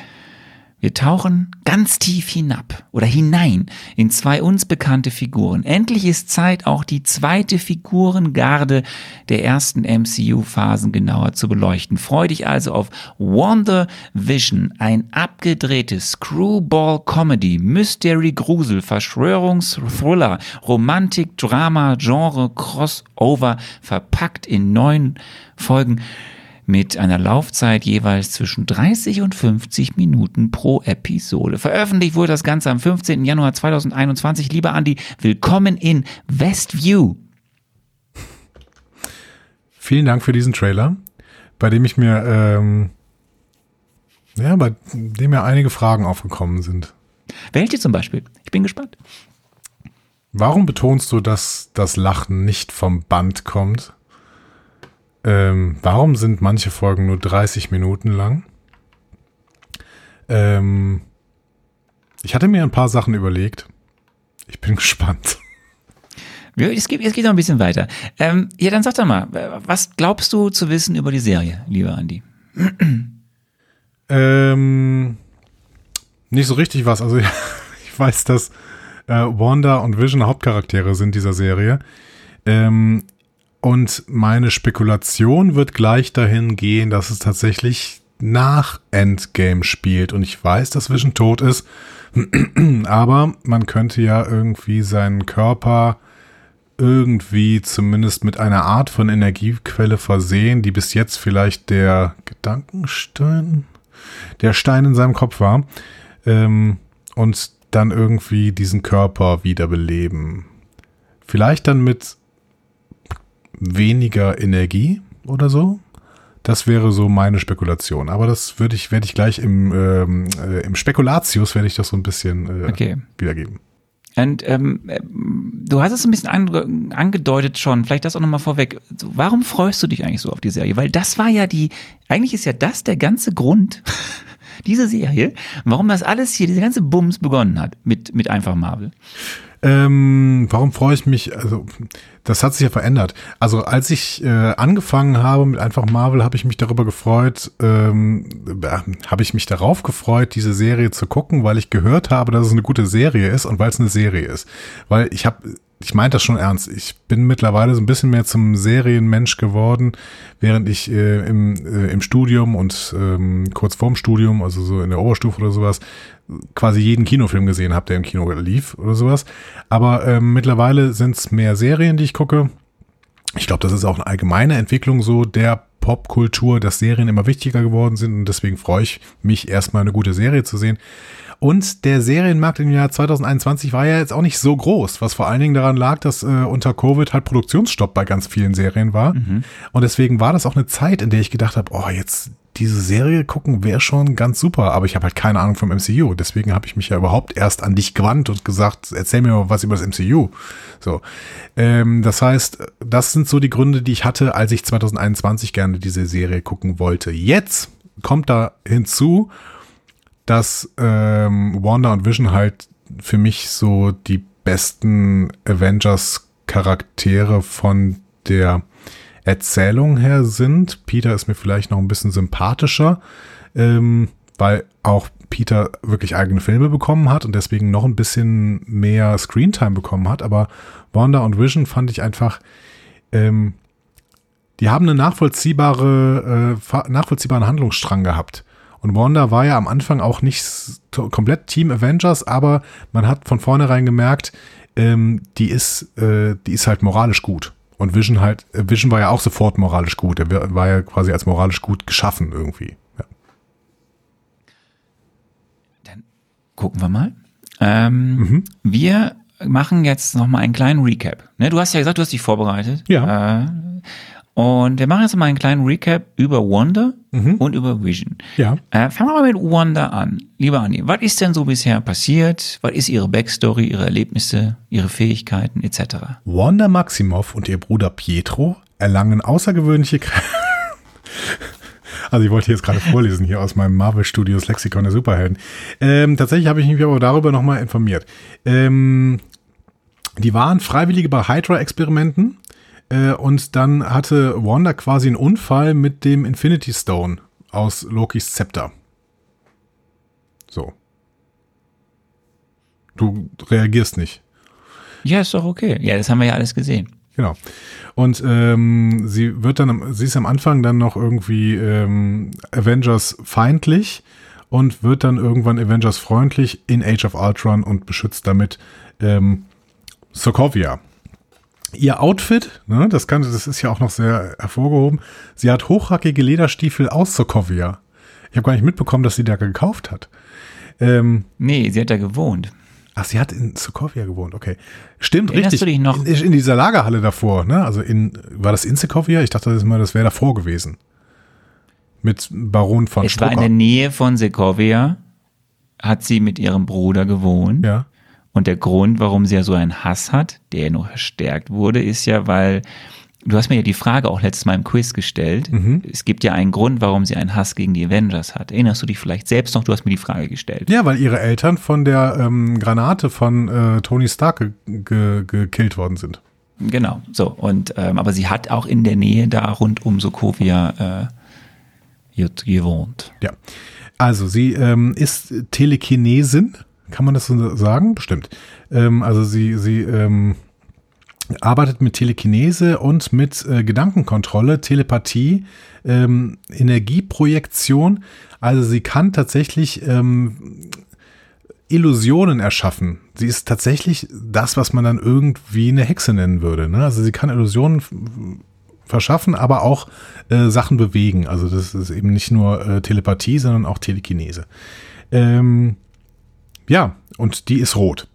Wir tauchen ganz tief hinab oder hinein in zwei uns bekannte Figuren. Endlich ist Zeit, auch die zweite Figurengarde der ersten M C U-Phasen genauer zu beleuchten. Freu dich also auf WandaVision, ein abgedrehtes Screwball-Comedy, Mystery-Grusel, Verschwörungs-Thriller, Romantik, Drama, Genre, Crossover, verpackt in neun Folgen mit einer Laufzeit jeweils zwischen dreißig und fünfzig Minuten pro Episode. Veröffentlicht wurde das Ganze am fünfzehnten Januar zweitausendeinundzwanzig. Lieber Andi, willkommen in Westview. Vielen Dank für diesen Trailer, bei dem ich mir, ähm, ja, bei dem mir einige Fragen aufgekommen sind. Welche zum Beispiel? Ich bin gespannt. Warum betonst du, dass das Lachen nicht vom Band kommt? Ähm, warum sind manche Folgen nur dreißig Minuten lang? Ähm, ich hatte mir ein paar Sachen überlegt. Ich bin gespannt. Es geht, es geht noch ein bisschen weiter. Ähm, ja, dann sag doch mal, was glaubst du zu wissen über die Serie, lieber Andi? ähm, nicht so richtig was. Also ich weiß, dass äh, Wanda und Vision Hauptcharaktere sind dieser Serie. Ähm, Und meine Spekulation wird gleich dahin gehen, dass es tatsächlich nach Endgame spielt. Und ich weiß, dass Vision tot ist, aber man könnte ja irgendwie seinen Körper irgendwie zumindest mit einer Art von Energiequelle versehen, die bis jetzt vielleicht der Gedankenstein, der Stein in seinem Kopf war, ähm, und dann irgendwie diesen Körper wiederbeleben. Vielleicht dann mit weniger Energie oder so. Das wäre so meine Spekulation. Aber das würde ich, werde ich gleich im, ähm, äh, im Spekulatius werde ich das so ein bisschen äh, okay. wiedergeben. Und ähm, du hast es ein bisschen ange- angedeutet schon, vielleicht das auch nochmal vorweg. So, warum freust du dich eigentlich so auf die Serie? Weil das war ja die, eigentlich ist ja das der ganze Grund, diese Serie, warum das alles hier, diese ganze Bums begonnen hat mit, mit einfach Marvel. Ähm, warum freue ich mich? Also, das hat sich ja verändert. Also, als ich äh, angefangen habe mit einfach Marvel, habe ich mich darüber gefreut, ähm, äh, habe ich mich darauf gefreut, diese Serie zu gucken, weil ich gehört habe, dass es eine gute Serie ist und weil es eine Serie ist. Weil ich habe ich meine das schon ernst. Ich bin mittlerweile so ein bisschen mehr zum Serienmensch geworden, während ich äh, im, äh, im Studium und ähm, kurz vorm Studium, also so in der Oberstufe oder sowas, quasi jeden Kinofilm gesehen habe, der im Kino lief oder sowas. Aber ähm, mittlerweile sind es mehr Serien, die ich gucke. Ich glaube, das ist auch eine allgemeine Entwicklung so der Popkultur, dass Serien immer wichtiger geworden sind und deswegen freue ich mich, erstmal eine gute Serie zu sehen. Und der Serienmarkt im Jahr zwanzig einundzwanzig war ja jetzt auch nicht so groß, was vor allen Dingen daran lag, dass äh, unter Covid halt Produktionsstopp bei ganz vielen Serien war. Mhm. Und deswegen war das auch eine Zeit, in der ich gedacht habe, oh, jetzt diese Serie gucken wäre schon ganz super, aber ich habe halt keine Ahnung vom M C U. Deswegen habe ich mich ja überhaupt erst an dich gewandt und gesagt, erzähl mir mal was über das M C U. So, ähm, das heißt, das sind so die Gründe, die ich hatte, als ich zwanzig einundzwanzig gerne diese Serie gucken wollte. Jetzt kommt da hinzu, dass ähm, Wanda und Vision halt für mich so die besten Avengers-Charaktere von der Erzählung her sind. Peter ist mir vielleicht noch ein bisschen sympathischer, ähm, weil auch Peter wirklich eigene Filme bekommen hat und deswegen noch ein bisschen mehr Screentime bekommen hat. Aber Wanda und Vision fand ich einfach, ähm, die haben einen nachvollziehbare, äh, nachvollziehbaren Handlungsstrang gehabt. Und Wanda war ja am Anfang auch nicht komplett Team Avengers, aber man hat von vornherein gemerkt, ähm, die ist, äh, die ist halt moralisch gut. Und Vision halt, Vision war ja auch sofort moralisch gut. Er war ja quasi als moralisch gut geschaffen irgendwie. Ja. Dann gucken wir mal. Ähm, mhm. Wir machen jetzt nochmal einen kleinen Recap. Ne, du hast ja gesagt, du hast dich vorbereitet. Ja. Äh, Und wir machen jetzt mal einen kleinen Recap über Wanda mhm. und über Vision. Ja. Äh, fangen wir mal mit Wanda an. Lieber Andi, was ist denn so bisher passiert? Was ist ihre Backstory, ihre Erlebnisse, ihre Fähigkeiten et cetera? Wanda Maximoff und ihr Bruder Pietro erlangen außergewöhnliche Kräfte. Also ich wollte jetzt gerade vorlesen hier aus meinem Marvel Studios Lexikon der Superhelden. Ähm, tatsächlich habe ich mich aber darüber nochmal informiert. Ähm, die waren Freiwillige bei Hydra-Experimenten. Und dann hatte Wanda quasi einen Unfall mit dem Infinity Stone aus Lokis Zepter. So. Du reagierst nicht. Ja, ist doch okay. Ja, das haben wir ja alles gesehen. Genau. Und ähm, sie wird dann, sie ist am Anfang dann noch irgendwie ähm, Avengers feindlich und wird dann irgendwann Avengers freundlich in Age of Ultron und beschützt damit ähm, Sokovia. Ihr Outfit, ne, das kann, das ist ja auch noch sehr hervorgehoben. Sie hat hochhackige Lederstiefel aus Sokovia. Ich habe gar nicht mitbekommen, dass sie da gekauft hat. Ähm, nee, sie hat da gewohnt. Ach, sie hat in Sokovia gewohnt, okay. Stimmt, Erinnerst richtig. Du dich noch? In, in dieser Lagerhalle davor, ne? Also in, war das in Sokovia? Ich dachte das mal, das wäre davor gewesen. Mit Baron von Es Strucker. war in der Nähe von Sokovia, hat sie mit ihrem Bruder gewohnt. Ja. Und der Grund, warum sie ja so einen Hass hat, der noch verstärkt wurde, ist ja, weil, du hast mir ja die Frage auch letztes Mal im Quiz gestellt, mhm. Es gibt ja einen Grund, warum sie einen Hass gegen die Avengers hat. Erinnerst du dich vielleicht selbst noch, du hast mir die Frage gestellt. Ja, weil ihre Eltern von der ähm, Granate von äh, Tony Stark ge- ge- gekillt worden sind. Genau, so. Und ähm, aber sie hat auch in der Nähe da rund um Sokovia äh, gewohnt. Ja, also sie ähm, ist Telekinesin. Kann man das so sagen? Bestimmt. Ähm, also sie, sie ähm, arbeitet mit Telekinese und mit äh, Gedankenkontrolle, Telepathie, ähm, Energieprojektion. Also sie kann tatsächlich ähm, Illusionen erschaffen. Sie ist tatsächlich das, was man dann irgendwie eine Hexe nennen würde. Ne? Also sie kann Illusionen f- verschaffen, aber auch äh, Sachen bewegen. Also das ist eben nicht nur äh, Telepathie, sondern auch Telekinese. Ähm, Ja, und die ist rot.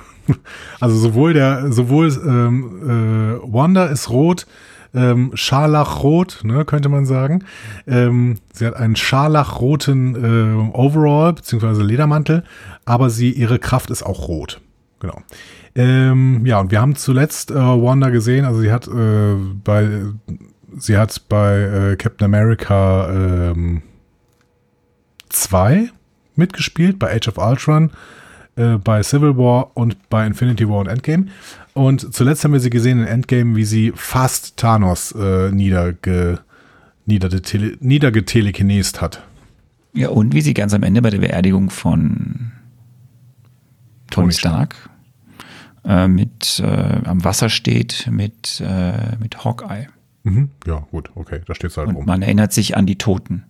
Also sowohl der, sowohl ähm, äh, Wanda ist rot, ähm, scharlachrot, ne, könnte man sagen. Ähm, sie hat einen scharlachroten äh, Overall beziehungsweise Ledermantel, aber sie ihre Kraft ist auch rot. Genau. Ähm, ja, und wir haben zuletzt äh, Wanda gesehen. Also sie hat äh, bei sie hat bei äh, Captain America ähm, zwei mitgespielt, bei Age of Ultron, äh, bei Civil War und bei Infinity War und Endgame. Und zuletzt haben wir sie gesehen in Endgame, wie sie fast Thanos äh, niederge, niedergetele, niedergetelekinest hat. Ja, und wie sie ganz am Ende bei der Beerdigung von Tony Stark äh, mit äh, am Wasser steht mit, äh, mit Hawkeye. Mhm. Ja, gut, okay, da steht es halt Und rum. man erinnert sich an die Toten.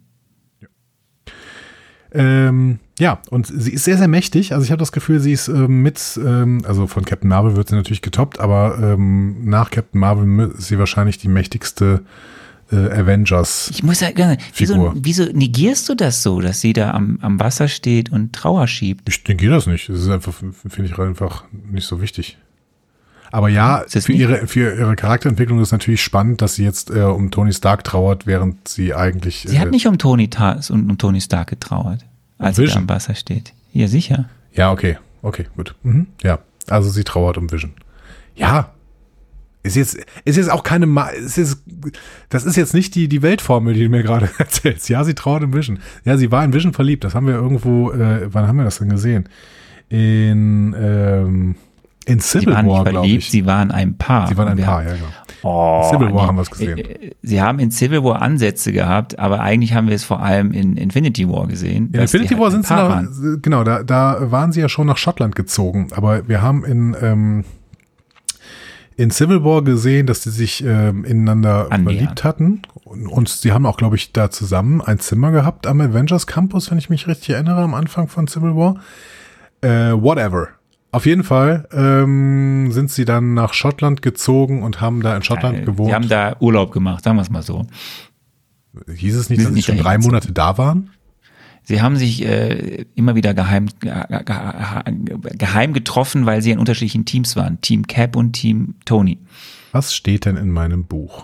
Ähm, ja, und sie ist sehr, sehr mächtig. Also ich habe das Gefühl, sie ist ähm, mit, ähm, also von Captain Marvel wird sie natürlich getoppt, aber ähm, nach Captain Marvel ist sie wahrscheinlich die mächtigste äh, Avengers. Ich muss ja gerne, Figur. wieso, wieso negierst du das so, dass sie da am, am Wasser steht und Trauer schiebt? Ich denke das nicht. Das ist einfach, finde ich einfach nicht so wichtig. Aber ja, für ihre, für ihre Charakterentwicklung ist natürlich spannend, dass sie jetzt äh, um Tony Stark trauert, während sie eigentlich. Sie äh, hat nicht um Tony, Ta- um, um Tony Stark getrauert, als sie da am Wasser steht. Ja, sicher. Ja, okay. Okay, gut. Mhm. Ja, also sie trauert um Vision. Ja. Ist jetzt, ist jetzt auch keine, Ma- ist jetzt, das ist jetzt nicht die, die Weltformel, die du mir gerade erzählst. Ja, sie trauert um Vision. Ja, sie war in Vision verliebt. Das haben wir irgendwo, äh, wann haben wir das denn gesehen? In, ähm, In Civil War, War, glaube ich. Sie waren ein Paar. Sie waren ein wir Paar, haben, ja, genau. Oh, in Civil War nee. haben wir es gesehen. Sie haben in Civil War Ansätze gehabt, aber eigentlich haben wir es vor allem in Infinity War gesehen. In Infinity War halt sind sie nach, genau, da, da waren sie ja schon nach Schottland gezogen, aber wir haben in, ähm, in Civil War gesehen, dass sie sich ähm, ineinander Annähern. verliebt hatten und, und sie haben auch, glaube ich, da zusammen ein Zimmer gehabt am Avengers Campus, wenn ich mich richtig erinnere, am Anfang von Civil War. Äh, whatever. Auf jeden Fall ähm, sind sie dann nach Schottland gezogen und haben da in Schottland ja, gewohnt. Sie haben da Urlaub gemacht, sagen wir es mal so. Hieß es nicht, Sie dass sind sie nicht schon dahin drei gezogen. Monate da waren? Sie haben sich äh, immer wieder geheim, ge, ge, geheim getroffen, weil sie in unterschiedlichen Teams waren. Team Cap und Team Tony. Was steht denn in meinem Buch?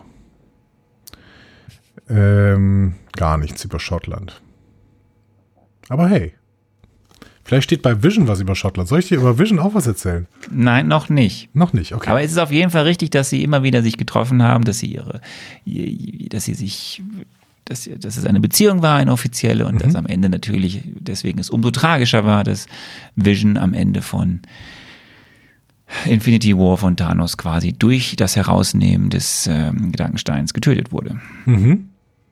Ähm, gar nichts über Schottland. Aber hey, vielleicht steht bei Vision was über Schottland. Soll ich dir über Vision auch was erzählen? Nein, noch nicht. Noch nicht, okay. Aber es ist auf jeden Fall richtig, dass sie immer wieder sich getroffen haben, dass sie ihre, dass sie sich, dass, dass es eine Beziehung war, eine offizielle, und Mhm. dass am Ende natürlich, deswegen es umso tragischer war, dass Vision am Ende von Infinity War von Thanos quasi durch das Herausnehmen des ähm, Gedankensteins getötet wurde. Mhm.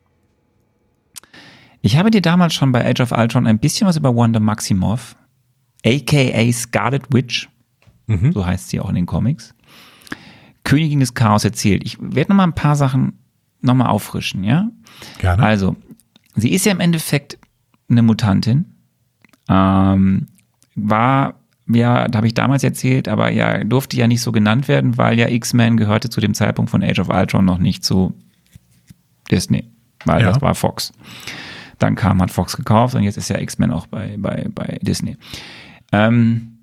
Ich habe dir damals schon bei Age of Ultron ein bisschen was über Wanda Maximoff, aka Scarlet Witch, Mhm. so heißt sie auch in den Comics, Königin des Chaos erzählt. Ich werde noch mal ein paar Sachen noch mal auffrischen, ja? Gerne. Also, sie ist ja im Endeffekt eine Mutantin, ähm, war, ja, da habe ich damals erzählt, aber ja, durfte ja nicht so genannt werden, weil ja X-Men gehörte zu dem Zeitpunkt von Age of Ultron noch nicht zu Disney, weil Ja. das war Fox. Dann kam, hat Fox gekauft und jetzt ist ja X-Men auch bei, bei, bei Disney. Ähm,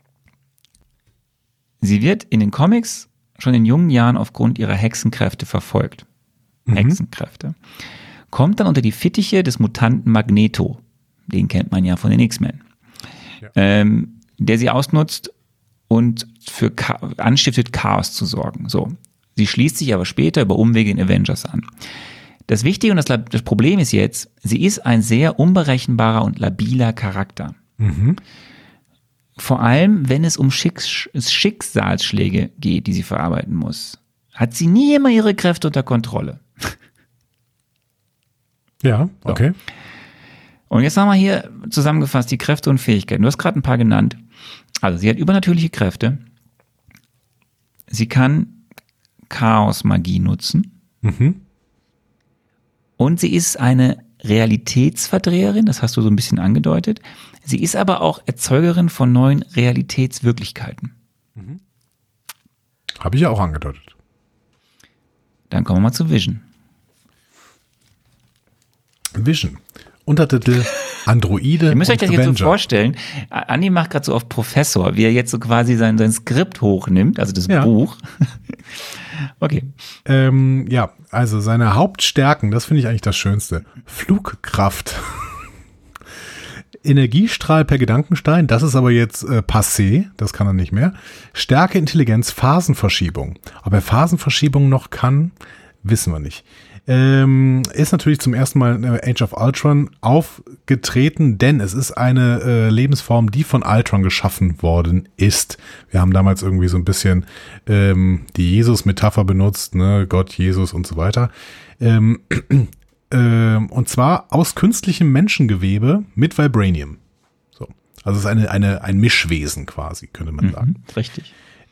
sie wird in den Comics schon in jungen Jahren aufgrund ihrer Hexenkräfte verfolgt. Mhm. Hexenkräfte. Kommt dann unter die Fittiche des Mutanten Magneto. Den kennt man ja von den X-Men. Ja. Ähm, der sie ausnutzt und für Cha- anstiftet, Chaos zu sorgen. So. Sie schließt sich aber später über Umwege in Avengers an. Das Wichtige und das, das Problem ist jetzt, sie ist ein sehr unberechenbarer und labiler Charakter. Mhm. Vor allem, wenn es um Schicks- Schicksalsschläge geht, die sie verarbeiten muss, hat sie nie immer ihre Kräfte unter Kontrolle. Ja, okay. Und jetzt haben wir hier zusammengefasst die Kräfte und Fähigkeiten. Du hast gerade ein paar genannt. Also sie hat übernatürliche Kräfte. Sie kann Chaos-Magie nutzen. Mhm. Und sie ist eine Realitätsverdreherin, das hast du so ein bisschen angedeutet. Sie ist aber auch Erzeugerin von neuen Realitätswirklichkeiten. Habe ich ja auch angedeutet. Dann kommen wir mal zu Vision. Vision. Untertitel Androide Ihr müsst euch und das jetzt so Avenger. vorstellen. Andi macht gerade so auf Professor, wie er jetzt so quasi sein, sein Skript hochnimmt, also das Ja. Buch. Okay. Ähm, ja, also seine Hauptstärken, das finde ich eigentlich das Schönste. Flugkraft. Energiestrahl per Gedankenstein, das ist aber jetzt äh, passé, das kann er nicht mehr. Stärke, Intelligenz, Phasenverschiebung. Ob er Phasenverschiebung noch kann, wissen wir nicht. Ähm, ist natürlich zum ersten Mal in äh, Age of Ultron aufgetreten, denn es ist eine äh, Lebensform, die von Ultron geschaffen worden ist. Wir haben damals irgendwie so ein bisschen ähm, die Jesus-Metapher benutzt, ne, Gott, Jesus und so weiter. Ähm, ähm, und zwar aus künstlichem Menschengewebe mit Vibranium. So. Also es ist eine, eine, ein Mischwesen quasi, könnte man sagen. Mhm, richtig.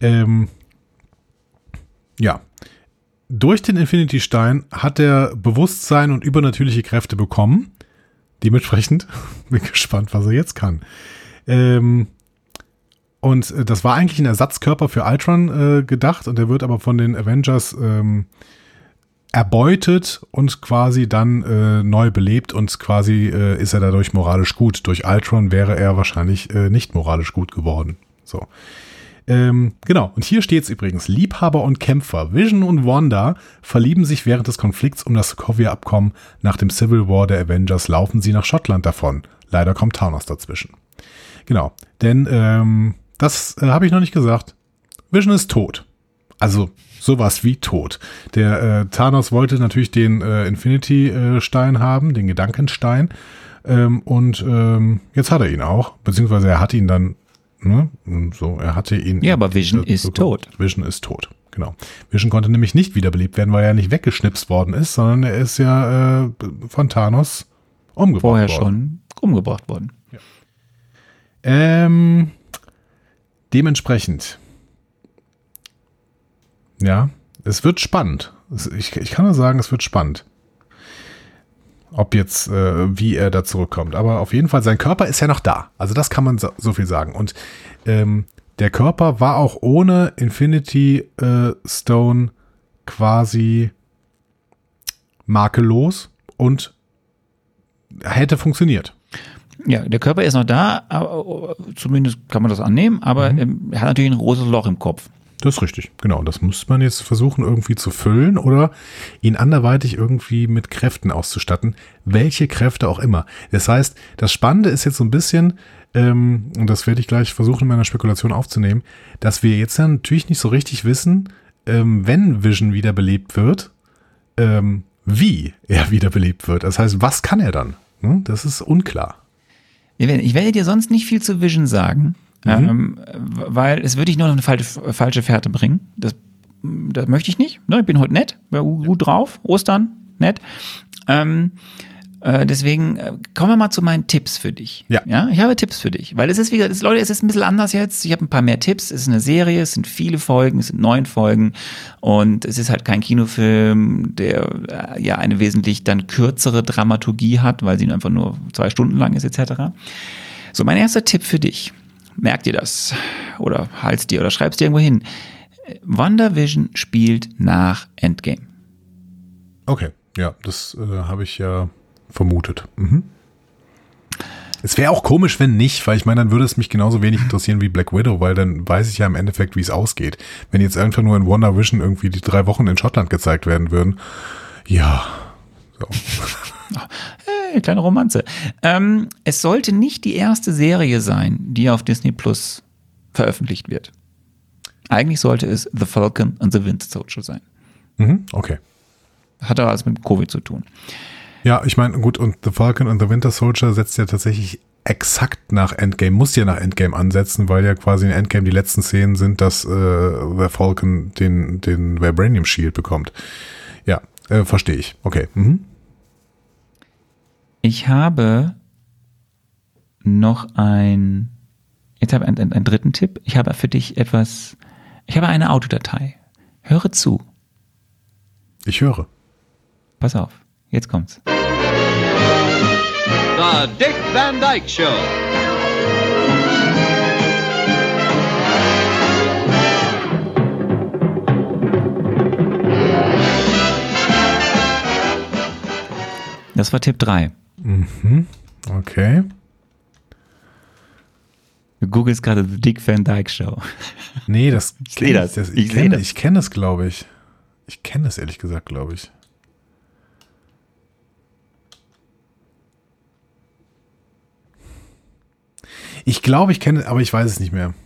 Ähm, ja. Durch den Infinity-Stein hat er Bewusstsein und übernatürliche Kräfte bekommen. Dementsprechend bin ich gespannt, was er jetzt kann. Ähm, und das war eigentlich ein Ersatzkörper für Ultron äh, gedacht und der wird aber von den Avengers ähm, erbeutet und quasi dann äh, neu belebt und quasi äh, ist er dadurch moralisch gut. Durch Ultron wäre er wahrscheinlich äh, nicht moralisch gut geworden. So. Ähm, genau, und hier steht es übrigens, Liebhaber und Kämpfer, Vision und Wanda verlieben sich während des Konflikts um das Sokovia-Abkommen. Nach dem Civil War der Avengers laufen sie nach Schottland davon. Leider kommt Thanos dazwischen. Genau, denn ähm, das äh, habe ich noch nicht gesagt. Vision ist tot. Also sowas wie tot. Der äh, Thanos wollte natürlich den äh, Infinity-Stein haben, den Gedankenstein. Ähm, und ähm, jetzt hat er ihn auch, beziehungsweise er hat ihn dann Ne? So, er hatte ihn. Ja, aber Vision ist bekommen. tot. Vision ist tot, genau. Vision konnte nämlich nicht wiederbelebt werden, weil er nicht weggeschnipst worden ist, sondern er ist ja äh, von Thanos umgebracht Vorher worden. Vorher schon umgebracht worden. Ja. Ähm, dementsprechend. Ja, es wird spannend. Ich, ich kann nur sagen, es wird spannend. Ob jetzt, äh, wie er da zurückkommt. Aber auf jeden Fall, sein Körper ist ja noch da. Also das kann man so, so viel sagen. Und ähm, der Körper war auch ohne Infinity äh, Stone quasi makellos und hätte funktioniert. Ja, der Körper ist noch da, aber, zumindest kann man das annehmen, aber mhm. ähm, er hat natürlich ein großes Loch im Kopf. Das ist richtig, genau. Das muss man jetzt versuchen irgendwie zu füllen oder ihn anderweitig irgendwie mit Kräften auszustatten. Welche Kräfte auch immer. Das heißt, das Spannende ist jetzt so ein bisschen, ähm, und das werde ich gleich versuchen in meiner Spekulation aufzunehmen, dass wir jetzt ja natürlich nicht so richtig wissen, ähm, wenn Vision wiederbelebt wird, ähm, wie er wiederbelebt wird. Das heißt, was kann er dann? Hm? Das ist unklar. Ich werde dir sonst nicht viel zu Vision sagen. Mhm. Ähm, weil es würde ich nur noch eine falsche, falsche Fährte bringen. Das, das möchte ich nicht. Ich bin heute nett, gut drauf, Ostern, nett. Ähm, äh, deswegen äh, kommen wir mal zu meinen Tipps für dich. Ja. Ja, ich habe Tipps für dich. Weil es ist, wie gesagt, es, Leute, es ist ein bisschen anders jetzt. Ich habe ein paar mehr Tipps. Es ist eine Serie, es sind viele Folgen, es sind neun Folgen und es ist halt kein Kinofilm, der äh, ja eine wesentlich dann kürzere Dramaturgie hat, weil sie einfach nur zwei Stunden lang ist et cetera. So, mein erster Tipp für dich. Merk dir das oder halt's dir oder schreib's dir irgendwo hin. WandaVision spielt nach Endgame. Okay, ja, das äh, habe ich ja vermutet. Mhm. Es wäre auch komisch, wenn nicht, weil ich meine, dann würde es mich genauso wenig interessieren wie Black Widow, weil dann weiß ich ja im Endeffekt, wie es ausgeht. Wenn jetzt einfach nur in WandaVision irgendwie die drei Wochen in Schottland gezeigt werden würden, ja, so. Hey, kleine Romanze. Ähm, es sollte nicht die erste Serie sein, die auf Disney Plus veröffentlicht wird. Eigentlich sollte es The Falcon and the Winter Soldier sein. Mhm, okay. Hat aber alles mit Covid zu tun. Ja, ich meine, gut, und The Falcon and the Winter Soldier setzt ja tatsächlich exakt nach Endgame, muss ja nach Endgame ansetzen, weil ja quasi in Endgame die letzten Szenen sind, dass äh, der Falcon den, den Vibranium Shield bekommt. Ja, äh, verstehe ich. Okay. Mhm. Ich habe noch ein, jetzt habe ich einen, einen dritten Tipp. Ich habe für dich etwas, ich habe eine Audiodatei. Höre zu. Ich höre. Pass auf, jetzt kommt's. The Dick Van Dyke Show. Das war Tipp drei. Mhm, okay. Du googelst gerade The Dick Van Dyke Show. Nee, das ich sehe das. das. Ich, ich kenne das. Ich kenn das, glaube ich. Ich kenne das ehrlich gesagt, glaube ich. Ich glaube, ich kenne, aber ich weiß es nicht mehr.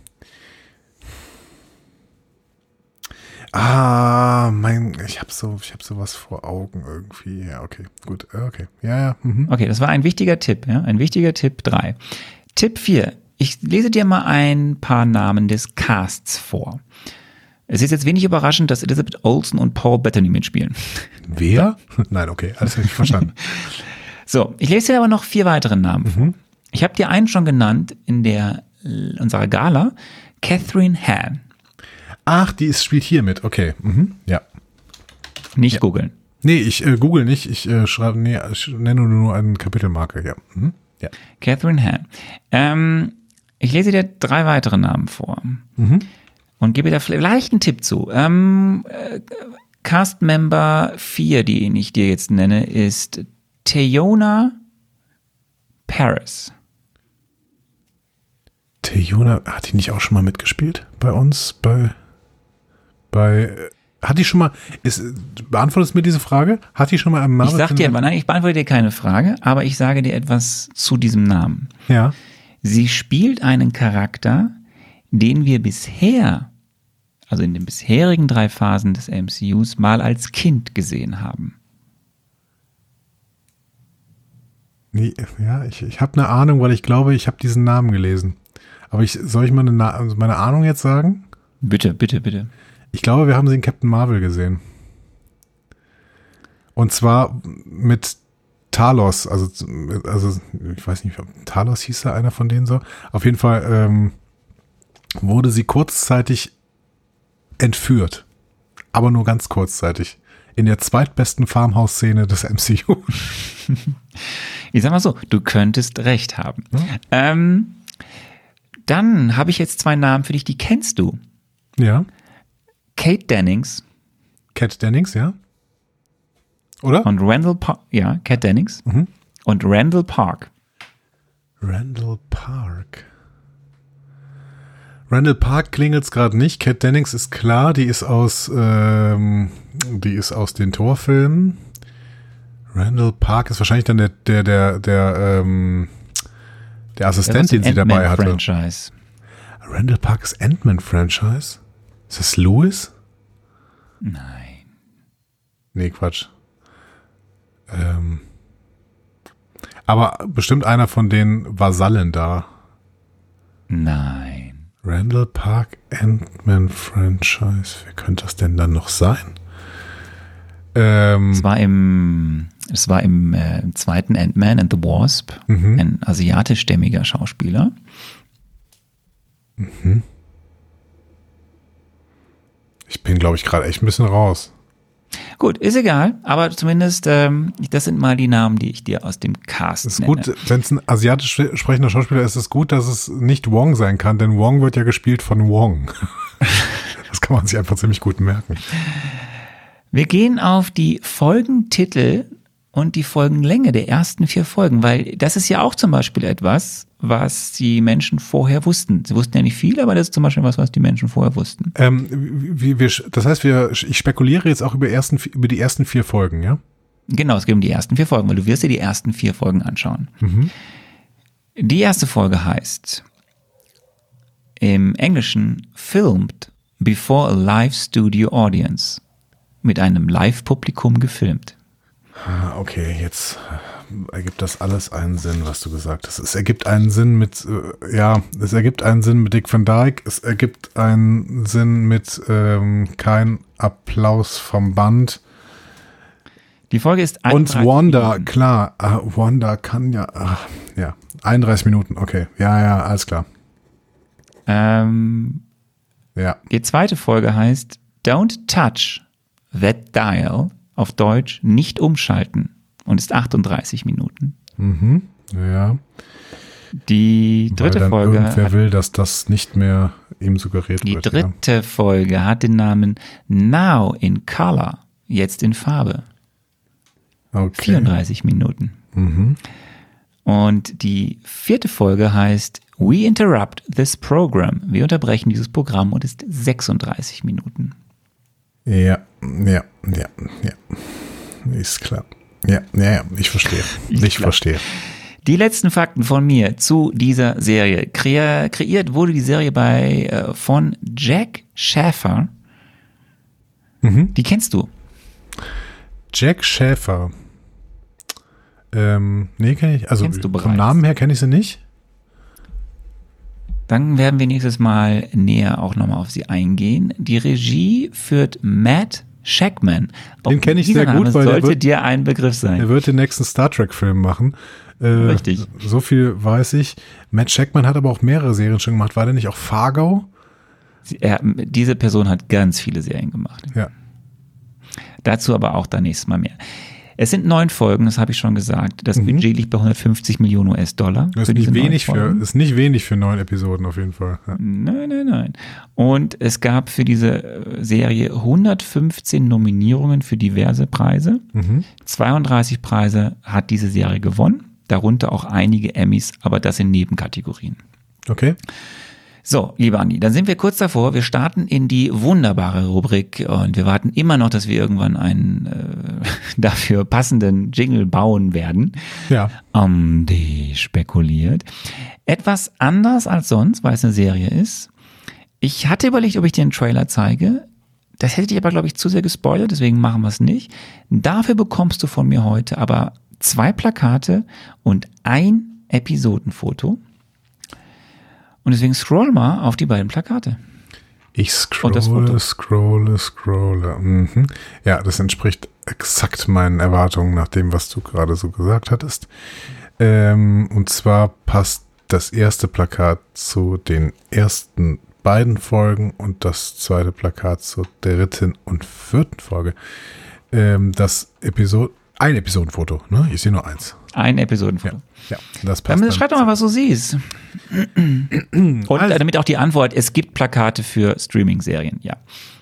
Ah, mein, ich habe so, ich habe sowas vor Augen irgendwie. Ja, okay, gut, okay, ja, ja. Mhm. Okay, das war ein wichtiger Tipp, ja, ein wichtiger Tipp drei. Tipp vier. Ich lese dir mal ein paar Namen des Casts vor. Es ist jetzt wenig überraschend, dass Elizabeth Olsen und Paul Bettany mitspielen. Wer? Nein, okay, alles richtig verstanden. So, ich lese dir aber noch vier weitere Namen vor. Mhm. Ich habe dir einen schon genannt in der unserer Gala, Catherine Hahn. Ach, die ist, spielt hier mit. Okay, mhm. ja. Nicht ja. googeln. Nee, ich äh, google nicht. Ich äh, schreibe, nee, ich nenne nur eine Kapitelmarke, ja. Mhm. ja. Catherine Hahn. Ähm, ich lese dir drei weitere Namen vor. Mhm. Und gebe da vielleicht einen Tipp zu. Ähm, äh, Cast-Member vier, den ich dir jetzt nenne, ist Teyonah Paris. Teyonah, hat die nicht auch schon mal mitgespielt bei uns? Bei, bei, hat die schon mal, ist, beantwortest du mir diese Frage? Hat die schon mal einen Marvel? Ich sag dir, nein, ich beantworte dir keine Frage, aber ich sage dir etwas zu diesem Namen. Ja. Sie spielt einen Charakter, den wir bisher, also in den bisherigen drei Phasen des M C Us, mal als Kind gesehen haben. Nee, ja, ich, ich habe eine Ahnung, weil ich glaube, ich habe diesen Namen gelesen. Aber ich, soll ich mal eine, also meine Ahnung jetzt sagen? Bitte, bitte, bitte. Ich glaube, wir haben sie in Captain Marvel gesehen. Und zwar mit Talos, also, also ich weiß nicht, Talos hieß da einer von denen so. Auf jeden Fall ähm, wurde sie kurzzeitig entführt. Aber nur ganz kurzzeitig. In der zweitbesten Farmhouse-Szene des M C U. Ich sag mal so, du könntest recht haben. Ja. Ähm, dann habe ich jetzt zwei Namen für dich, die kennst du. Ja. Kate Dennings. Kat Dennings, ja. Oder? Und Randall Park. Ja, Kat Dennings. Mhm. Und Randall Park. Randall Park. Randall Park klingelt's gerade nicht. Kat Dennings ist klar, die ist aus, ähm, die ist aus den Torfilmen. Randall Park ist wahrscheinlich dann der, der, der, der, ähm, der Assistent, den sie dabei hatte. Franchise. Randall Park ist Ant-Man-Franchise? Ist das Lewis? Nein. Nee, Quatsch. Ähm, aber bestimmt einer von den Vasallen da. Nein. Randall Park Ant-Man-Franchise. Wer könnte das denn dann noch sein? Ähm, Es war im, es war im äh, zweiten Ant-Man and the Wasp, Mhm. ein asiatischstämmiger Schauspieler. ich bin, glaube ich, gerade echt ein bisschen raus. Gut, ist egal, aber zumindest, ähm, das sind mal die Namen, die ich dir aus dem Cast Es ist nenne. gut, wenn es ein asiatisch sprechender Schauspieler ist, ist es gut, dass es nicht Wong sein kann, denn Wong wird ja gespielt von Wong. Das kann man sich einfach ziemlich gut merken. Wir gehen auf die Folgentitel und die Folgenlänge der ersten vier Folgen, weil das ist ja auch zum Beispiel etwas, was die Menschen vorher wussten. Sie wussten ja nicht viel, aber das ist zum Beispiel was, was die Menschen vorher wussten. Ähm, wie, wir, das heißt, wir, ich spekuliere jetzt auch über, ersten, über die ersten vier Folgen, ja? Genau, es geht um die ersten vier Folgen, weil du wirst dir die ersten vier Folgen anschauen. Mhm. Die erste Folge heißt im Englischen Filmed before a live studio audience. Mit einem Live-Publikum gefilmt. Ah, okay, jetzt ergibt das alles einen Sinn, was du gesagt hast. Es ergibt einen Sinn mit, äh, ja, es ergibt einen Sinn mit Dick Van Dyke, es ergibt einen Sinn mit ähm, kein Applaus vom Band. Die Folge ist Und einunddreißig Wanda, Minuten. klar, ah, Wanda kann ja, ach, ja, einunddreißig Minuten, okay, ja, ja, alles klar. Ähm, Ja, die zweite Folge heißt Don't Touch That Dial, auf Deutsch nicht umschalten und ist achtunddreißig Minuten. mhm, ja. Die dritte Weil dann Folge irgendwer hat, will, dass das nicht mehr ihm suggeriert die wird. dritte Folge hat den Namen Now in Color, jetzt in Farbe. Ja. Okay. vierunddreißig Minuten. Mhm. Und die vierte Folge heißt We Interrupt This Program. Wir unterbrechen dieses Programm und ist sechsunddreißig Minuten. Ja, ja, ja, ja. Ist klar. Ja, ja, ja, ich verstehe. Ist Ich klar. verstehe. Die letzten Fakten von mir zu dieser Serie. Kre- kreiert wurde die Serie bei äh, von Jack Schaffer. Mhm. Die kennst du. Jack Schäfer. Ähm, nee, kenne ich. Also Kennst du vom bereits. Namen her kenne ich sie nicht. Dann werden wir nächstes Mal näher auch nochmal auf sie eingehen. Die Regie führt Matt Shackman. Auch Den kenn ich dieser sehr gut, Name weil der sollte wird- dir ein Begriff sein. Er wird den nächsten Star Trek-Film machen. Äh, Richtig. So viel weiß ich. Matt Shackman hat aber auch mehrere Serien schon gemacht. War der nicht auch Fargo? Sie, er, diese Person hat ganz viele Serien gemacht. Ja. Dazu aber auch dann nächstes Mal mehr. Es sind neun Folgen, das habe ich schon gesagt. Das mhm. Budget liegt bei hundertfünfzig Millionen U S-Dollar. Das ist nicht, wenig für, ist nicht wenig für neun Episoden auf jeden Fall. Ja. Nein, nein, nein. Und es gab für diese Serie hundertfünfzehn Nominierungen für diverse Preise. Mhm. zweiunddreißig Preise hat diese Serie gewonnen, darunter auch einige Emmys, aber das in Nebenkategorien. Okay. So, lieber Andi, dann sind wir kurz davor. Wir starten in die wunderbare Rubrik und wir warten immer noch, dass wir irgendwann einen äh, dafür passenden Jingle bauen werden. Ja. Um, die spekuliert. Etwas anders als sonst, weil es eine Serie ist. Ich hatte überlegt, ob ich dir einen Trailer zeige. Das hätte dich aber, glaube ich, zu sehr gespoilert, deswegen machen wir es nicht. Dafür bekommst du von mir heute aber zwei Plakate und ein Episodenfoto. Und deswegen scroll mal auf die beiden Plakate. Ich scrolle, scrolle, scrolle. Mhm. Ja, das entspricht exakt meinen Erwartungen nach dem, was du gerade so gesagt hattest. Ähm, und zwar passt das erste Plakat zu den ersten beiden Folgen und das zweite Plakat zur dritten und vierten Folge. Ähm, das Episode, ein Episodenfoto, ne? Ich sehe nur eins. Ein Episodenfoto. Ja. Ja, das passt. Dann schreib doch mal, was du siehst. Und also, damit auch die Antwort, es gibt Plakate für Streaming-Serien, ja.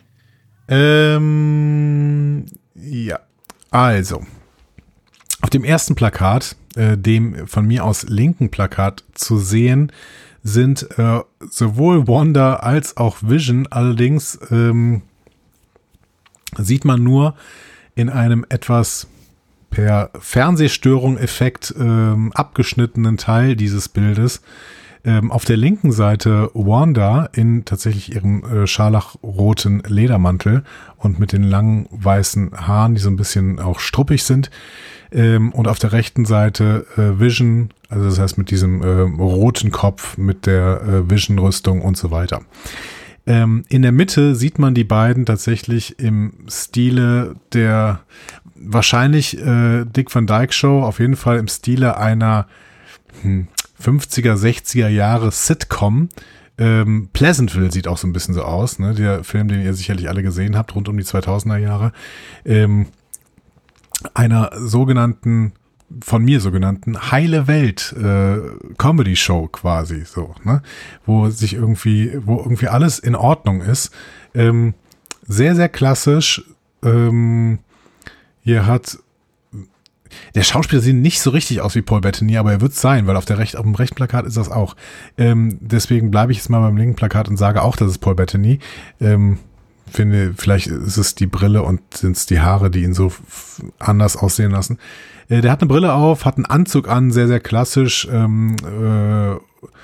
Ähm, ja, also, auf dem ersten Plakat, äh, dem von mir aus linken Plakat zu sehen, sind äh, sowohl Wanda als auch Vision, allerdings ähm, sieht man nur in einem etwas per Fernsehstörung-Effekt ähm, abgeschnittenen Teil dieses Bildes. Ähm, auf der linken Seite Wanda in tatsächlich ihrem äh, scharlachroten Ledermantel und mit den langen weißen Haaren, die so ein bisschen auch struppig sind. Ähm, und auf der rechten Seite äh, Vision, also das heißt mit diesem äh, roten Kopf, mit der äh, Vision-Rüstung und so weiter. Ähm, in der Mitte sieht man die beiden tatsächlich im Stile der wahrscheinlich äh, Dick Van Dyke Show, auf jeden Fall im Stile einer hm, fünfziger, sechziger Jahre Sitcom. Ähm, Pleasantville sieht auch so ein bisschen so aus, ne? Der Film, den ihr sicherlich alle gesehen habt, rund um die zweitausender Jahre. Ähm, einer sogenannten, von mir sogenannten Heile Welt äh, Comedy Show quasi, so, ne? Wo sich irgendwie, wo irgendwie alles in Ordnung ist. Ähm, sehr, sehr klassisch. Ähm, Hier hat der Schauspieler sieht nicht so richtig aus wie Paul Bettany, aber er wird es sein, weil auf, der Recht, auf dem rechten Plakat ist das auch. Ähm, deswegen bleibe ich jetzt mal beim linken Plakat und sage auch, das ist Paul Bettany. Ähm, finde, vielleicht ist es die Brille und sind es die Haare, die ihn so f- anders aussehen lassen. Äh, der hat eine Brille auf, hat einen Anzug an, sehr, sehr klassisch. Ähm, äh,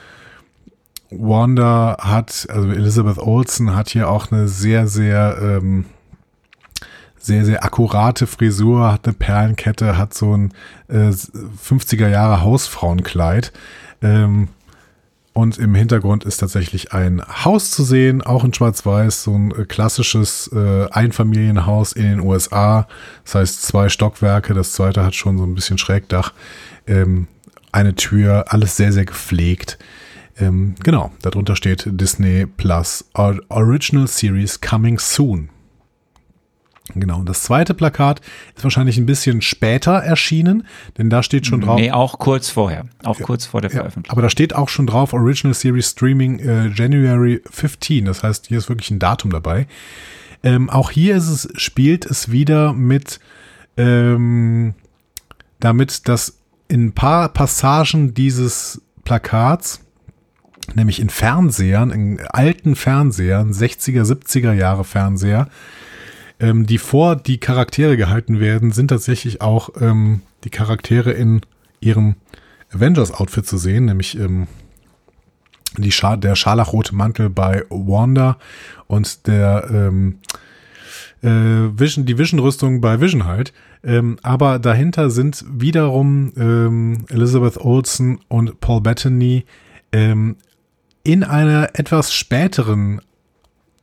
Wanda hat, also Elizabeth Olsen hat hier auch eine sehr, sehr ähm, sehr, sehr akkurate Frisur, hat eine Perlenkette, hat so ein äh, fünfziger Jahre Hausfrauenkleid. Ähm, und im Hintergrund ist tatsächlich ein Haus zu sehen, auch in Schwarz-Weiß, so ein äh, klassisches äh, Einfamilienhaus in den U S A. Das heißt zwei Stockwerke, das zweite hat schon so ein bisschen Schrägdach. Ähm, eine Tür, alles sehr, sehr gepflegt. Ähm, genau, darunter steht Disney Plus Original Series Coming Soon. Genau, und das zweite Plakat ist wahrscheinlich ein bisschen später erschienen, denn da steht schon drauf. Nee, auch kurz vorher, auch ja, kurz vor der ja, Veröffentlichung. Aber da steht auch schon drauf, Original Series Streaming äh, January fifteenth, das heißt, hier ist wirklich ein Datum dabei. Ähm, auch hier ist es, spielt es wieder mit, ähm, damit, dass in ein paar Passagen dieses Plakats, nämlich in Fernsehern, in alten Fernsehern, sechziger, siebziger Jahre Fernseher, die vor die Charaktere gehalten werden, sind tatsächlich auch ähm, die Charaktere in ihrem Avengers-Outfit zu sehen, nämlich ähm, die Scha- der scharlachrote Mantel bei Wanda und der ähm, äh, Vision, die Vision-Rüstung bei Vision halt. Ähm, aber dahinter sind wiederum ähm, Elizabeth Olsen und Paul Bettany ähm, in einer etwas späteren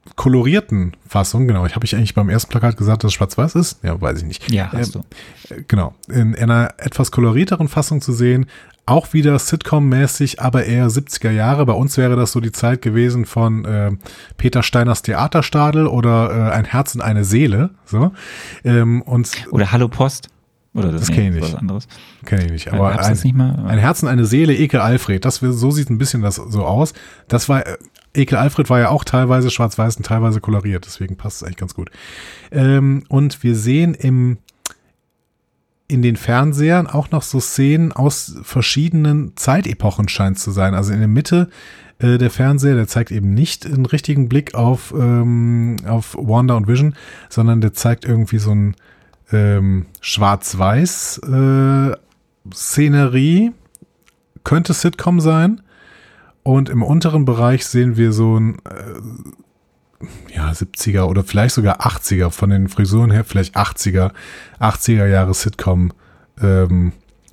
kolorierten Fassung, genau, ich habe ich eigentlich beim ersten Plakat gesagt, dass es schwarz-weiß ist? Ja, weiß ich nicht. Ja, hast äh, du. Genau, in einer etwas kolorierteren Fassung zu sehen, auch wieder Sitcom-mäßig, aber eher siebziger Jahre. Bei uns wäre das so die Zeit gewesen von äh, Peter Steiners Theaterstadel oder äh, Ein Herz und eine Seele. So. Ähm, und Oder Hallo Post. Oder das, das nee, kenne ich was nicht. anderes. Kenne ich nicht. Aber ein, nicht mal, ein Herz und eine Seele, Ekel Alfred. Das, so sieht ein bisschen das so aus. Das war, äh, Ekel Alfred war ja auch teilweise schwarz-weiß und teilweise koloriert. Deswegen passt es eigentlich ganz gut. Ähm, und wir sehen im in den Fernsehern auch noch so Szenen aus verschiedenen Zeitepochen scheint es zu sein. Also in der Mitte äh, der Fernseher, der zeigt eben nicht einen richtigen Blick auf, ähm, auf Wanda und Vision, sondern der zeigt irgendwie so ein ähm, Schwarz-Weiß äh, Szenerie. Könnte Sitcom sein. Und im unteren Bereich sehen wir so ein äh, ja, siebziger oder vielleicht sogar achtziger von den Frisuren her, vielleicht achtziger, achtziger Jahre Sitcom ähm,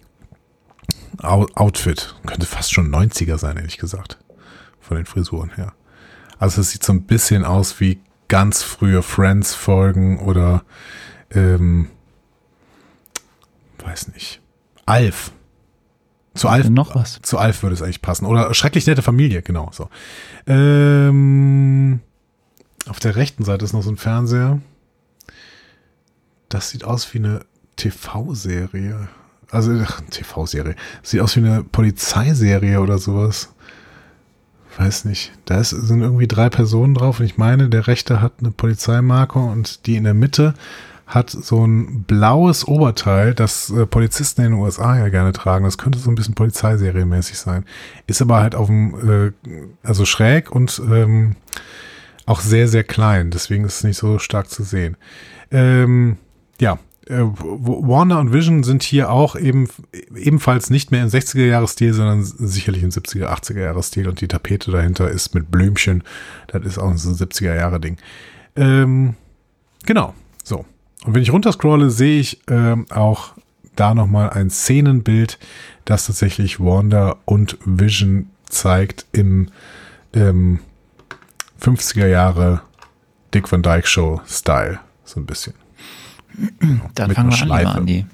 Outfit. Könnte fast schon neunziger sein, ehrlich gesagt. Von den Frisuren her. Also es sieht so ein bisschen aus wie ganz frühe Friends-Folgen oder ähm, weiß nicht. Alf. Zu Alf, noch was. Zu Alf würde es eigentlich passen. Oder Schrecklich nette Familie, genau so. Ähm Auf der rechten Seite ist noch so ein Fernseher. Das sieht aus wie eine T V-Serie. Also, ach, T V-Serie. Sieht aus wie eine Polizeiserie oder sowas. Weiß nicht. Da ist, sind irgendwie drei Personen drauf und ich meine, der rechte hat eine Polizeimarke und die in der Mitte hat so ein blaues Oberteil, das äh, Polizisten in den U S A ja gerne tragen. Das könnte so ein bisschen Polizeiserienmäßig sein. Ist aber halt auf dem, äh, also schräg und ähm, auch sehr, sehr klein, deswegen ist es nicht so stark zu sehen. Ähm, ja, äh, Wanda und Vision sind hier auch eben ebenfalls nicht mehr im sechziger-Jahres-Stil, sondern sicherlich im siebziger-, achtziger-Jahres-Stil und die Tapete dahinter ist mit Blümchen. Das ist auch so ein siebziger-Jahre-Ding. Ähm, genau, so. Und wenn ich runterscrolle, sehe ich ähm, auch da nochmal ein Szenenbild, das tatsächlich Wanda und Vision zeigt im ähm, fünfziger Jahre Dick Van Dyke Show Style, so ein bisschen. Dann Mit fangen einer wir an, Schleife. lieber Andi.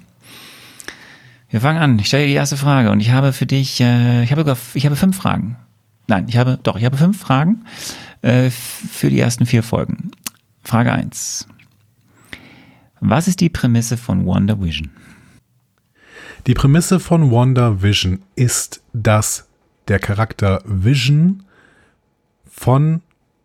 Wir fangen an. Ich stelle dir die erste Frage und ich habe für dich, äh, ich habe sogar, ich habe fünf Fragen. Nein, ich habe, doch, ich habe fünf Fragen äh, für die ersten vier Folgen. Frage eins. Was ist die Prämisse von WandaVision? Die Prämisse von WandaVision ist, dass der Charakter Vision von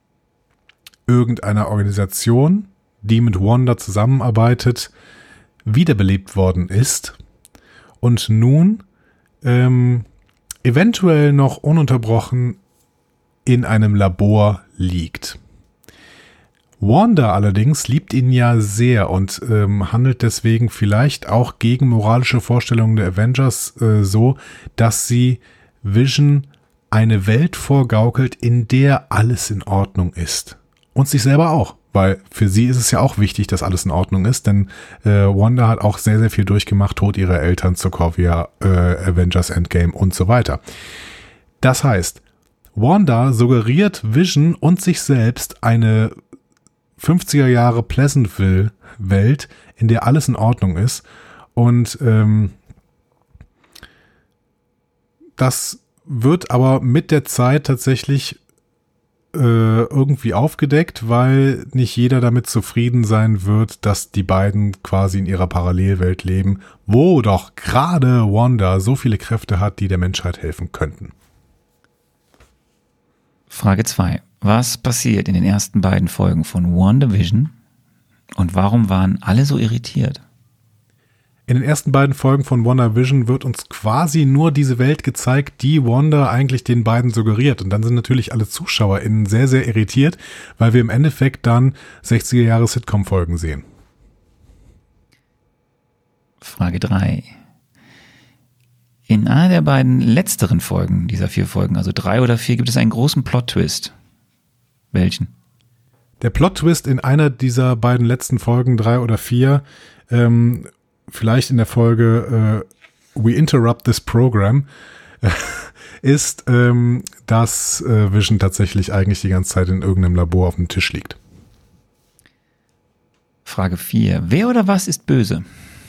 irgendeiner Organisation, die mit Wanda zusammenarbeitet, wiederbelebt worden ist und nun ähm, eventuell noch ununterbrochen in einem Labor liegt. Wanda allerdings liebt ihn ja sehr und ähm, handelt deswegen vielleicht auch gegen moralische Vorstellungen der Avengers äh, so, dass sie Vision eine Welt vorgaukelt, in der alles in Ordnung ist. Und sich selber auch, weil für sie ist es ja auch wichtig, dass alles in Ordnung ist, denn äh, Wanda hat auch sehr, sehr viel durchgemacht, Tod ihrer Eltern, Sokovia, äh, Avengers Endgame und so weiter. Das heißt, Wanda suggeriert Vision und sich selbst eine fünfziger Jahre Pleasantville-Welt, in der alles in Ordnung ist. Und ähm, das wird aber mit der Zeit tatsächlich äh, irgendwie aufgedeckt, weil nicht jeder damit zufrieden sein wird, dass die beiden quasi in ihrer Parallelwelt leben, wo doch gerade Wanda so viele Kräfte hat, die der Menschheit helfen könnten. Frage zwei. Was passiert in den ersten beiden Folgen von WandaVision und warum waren alle so irritiert? In den ersten beiden Folgen von WandaVision wird uns quasi nur diese Welt gezeigt, die Wanda eigentlich den beiden suggeriert. Und dann sind natürlich alle ZuschauerInnen sehr, sehr irritiert, weil wir im Endeffekt dann sechziger Jahre Sitcom-Folgen sehen. Frage drei. In einer der beiden letzteren Folgen dieser vier Folgen, also drei oder vier, gibt es einen großen Plot-Twist. Welchen? Der Plot-Twist in einer dieser beiden letzten Folgen, drei oder vier, ähm, vielleicht in der Folge äh, We Interrupt This Program, ist, ähm, dass äh, Vision tatsächlich eigentlich die ganze Zeit in irgendeinem Labor auf dem Tisch liegt. Frage vier. Wer oder was ist böse?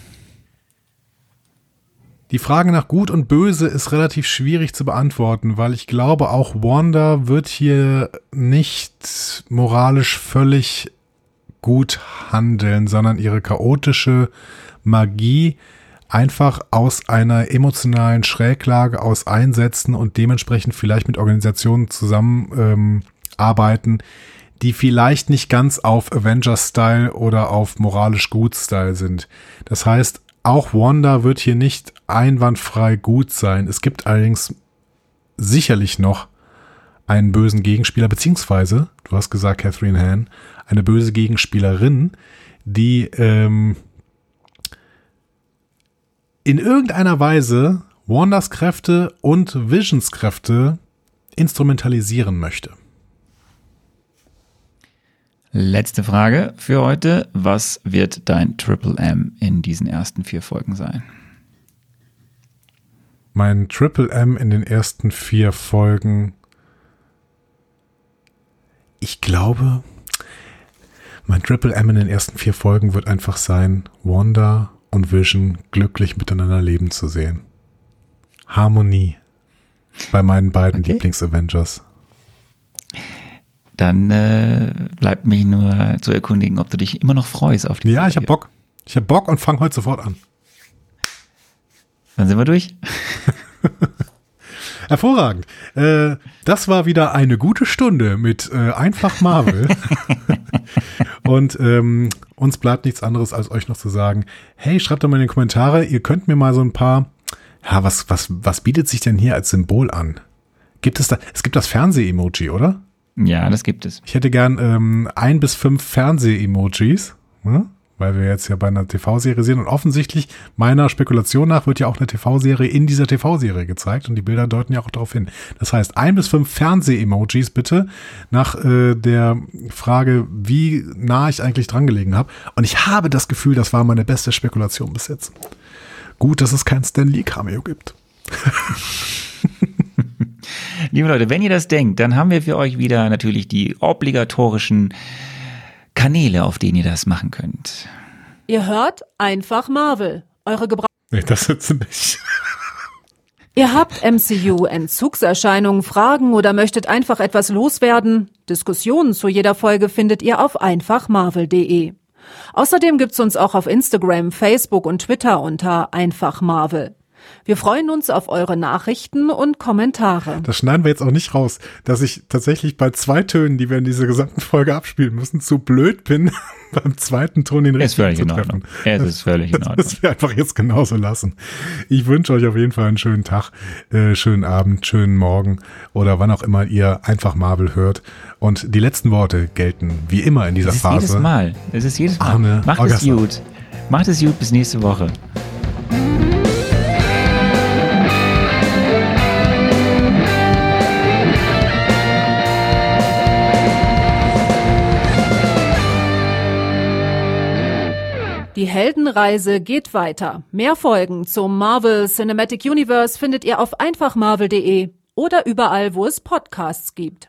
Die Frage nach Gut und Böse ist relativ schwierig zu beantworten, weil ich glaube, auch Wanda wird hier nicht moralisch völlig gut handeln, sondern ihre chaotische Magie einfach aus einer emotionalen Schräglage aus einsetzen und dementsprechend vielleicht mit Organisationen zusammenarbeiten, ähm, arbeiten, die vielleicht nicht ganz auf Avengers-Style oder auf moralisch gut-Style sind. Das heißt, auch Wanda wird hier nicht einwandfrei gut sein. Es gibt allerdings sicherlich noch einen bösen Gegenspieler, beziehungsweise, du hast gesagt, Catherine Hahn, eine böse Gegenspielerin, die ähm, in irgendeiner Weise Wandas Kräfte und Visions Kräfte instrumentalisieren möchte. Letzte Frage für heute. Was wird dein Triple M in diesen ersten vier Folgen sein? Mein Triple M in den ersten vier Folgen. Ich glaube, mein Triple M in den ersten vier Folgen wird einfach sein, Wanda und Vision glücklich miteinander leben zu sehen. Harmonie bei meinen beiden Okay. Lieblings-Avengers. Dann äh, bleibt mich nur zu erkundigen, ob du dich immer noch freust auf die Ja, ich Folge. hab Bock. Ich hab Bock und fange heute sofort an. Dann sind wir durch. Hervorragend. Äh, das war wieder eine gute Stunde mit äh, Einfach Marvel. Und ähm, uns bleibt nichts anderes, als euch noch zu sagen, hey, schreibt doch mal in die Kommentare, ihr könnt mir mal so ein paar, ja, was, was, was bietet sich denn hier als Symbol an? Gibt es da, es gibt das Fernseh-Emoji, oder? Ja, das gibt es. Ich hätte gern ähm, ein bis fünf Fernseh-Emojis, ne? Weil wir jetzt ja bei einer T V-Serie sind und offensichtlich meiner Spekulation nach wird ja auch eine T V-Serie in dieser T V-Serie gezeigt und die Bilder deuten ja auch darauf hin. Das heißt, ein bis fünf Fernseh-Emojis bitte nach äh, der Frage, wie nah ich eigentlich dran gelegen habe. Und ich habe das Gefühl, das war meine beste Spekulation bis jetzt. Gut, dass es kein Stan Lee-Cameo gibt. Liebe Leute, wenn ihr das denkt, dann haben wir für euch wieder natürlich die obligatorischen Kanäle, auf denen ihr das machen könnt. Ihr hört Einfach Marvel. Eure Gebra Nee, das jetzt nicht. Ihr habt M C U-Entzugserscheinungen, Fragen oder möchtet einfach etwas loswerden? Diskussionen zu jeder Folge findet ihr auf einfach marvel punkt de. Außerdem gibt's uns auch auf Instagram, Facebook und Twitter unter Einfach Marvel. Wir freuen uns auf eure Nachrichten und Kommentare. Das schneiden wir jetzt auch nicht raus, dass ich tatsächlich bei zwei Tönen, die wir in dieser gesamten Folge abspielen müssen, zu blöd bin, beim zweiten Ton den Ist richtigen völlig zu in treffen. Ordnung. Es ist völlig in Das Ordnung. müssen wir einfach jetzt genauso lassen. Ich wünsche euch auf jeden Fall einen schönen Tag, äh, schönen Abend, schönen Morgen oder wann auch immer ihr Einfach Marvel hört. Und die letzten Worte gelten wie immer in dieser Es ist Phase. jedes Mal. Es ist jedes Mal. Arne Macht es Orgasser. gut. Macht es gut. Bis nächste Woche. Die Heldenreise geht weiter. Mehr Folgen zum Marvel Cinematic Universe findet ihr auf einfach marvel punkt de oder überall, wo es Podcasts gibt.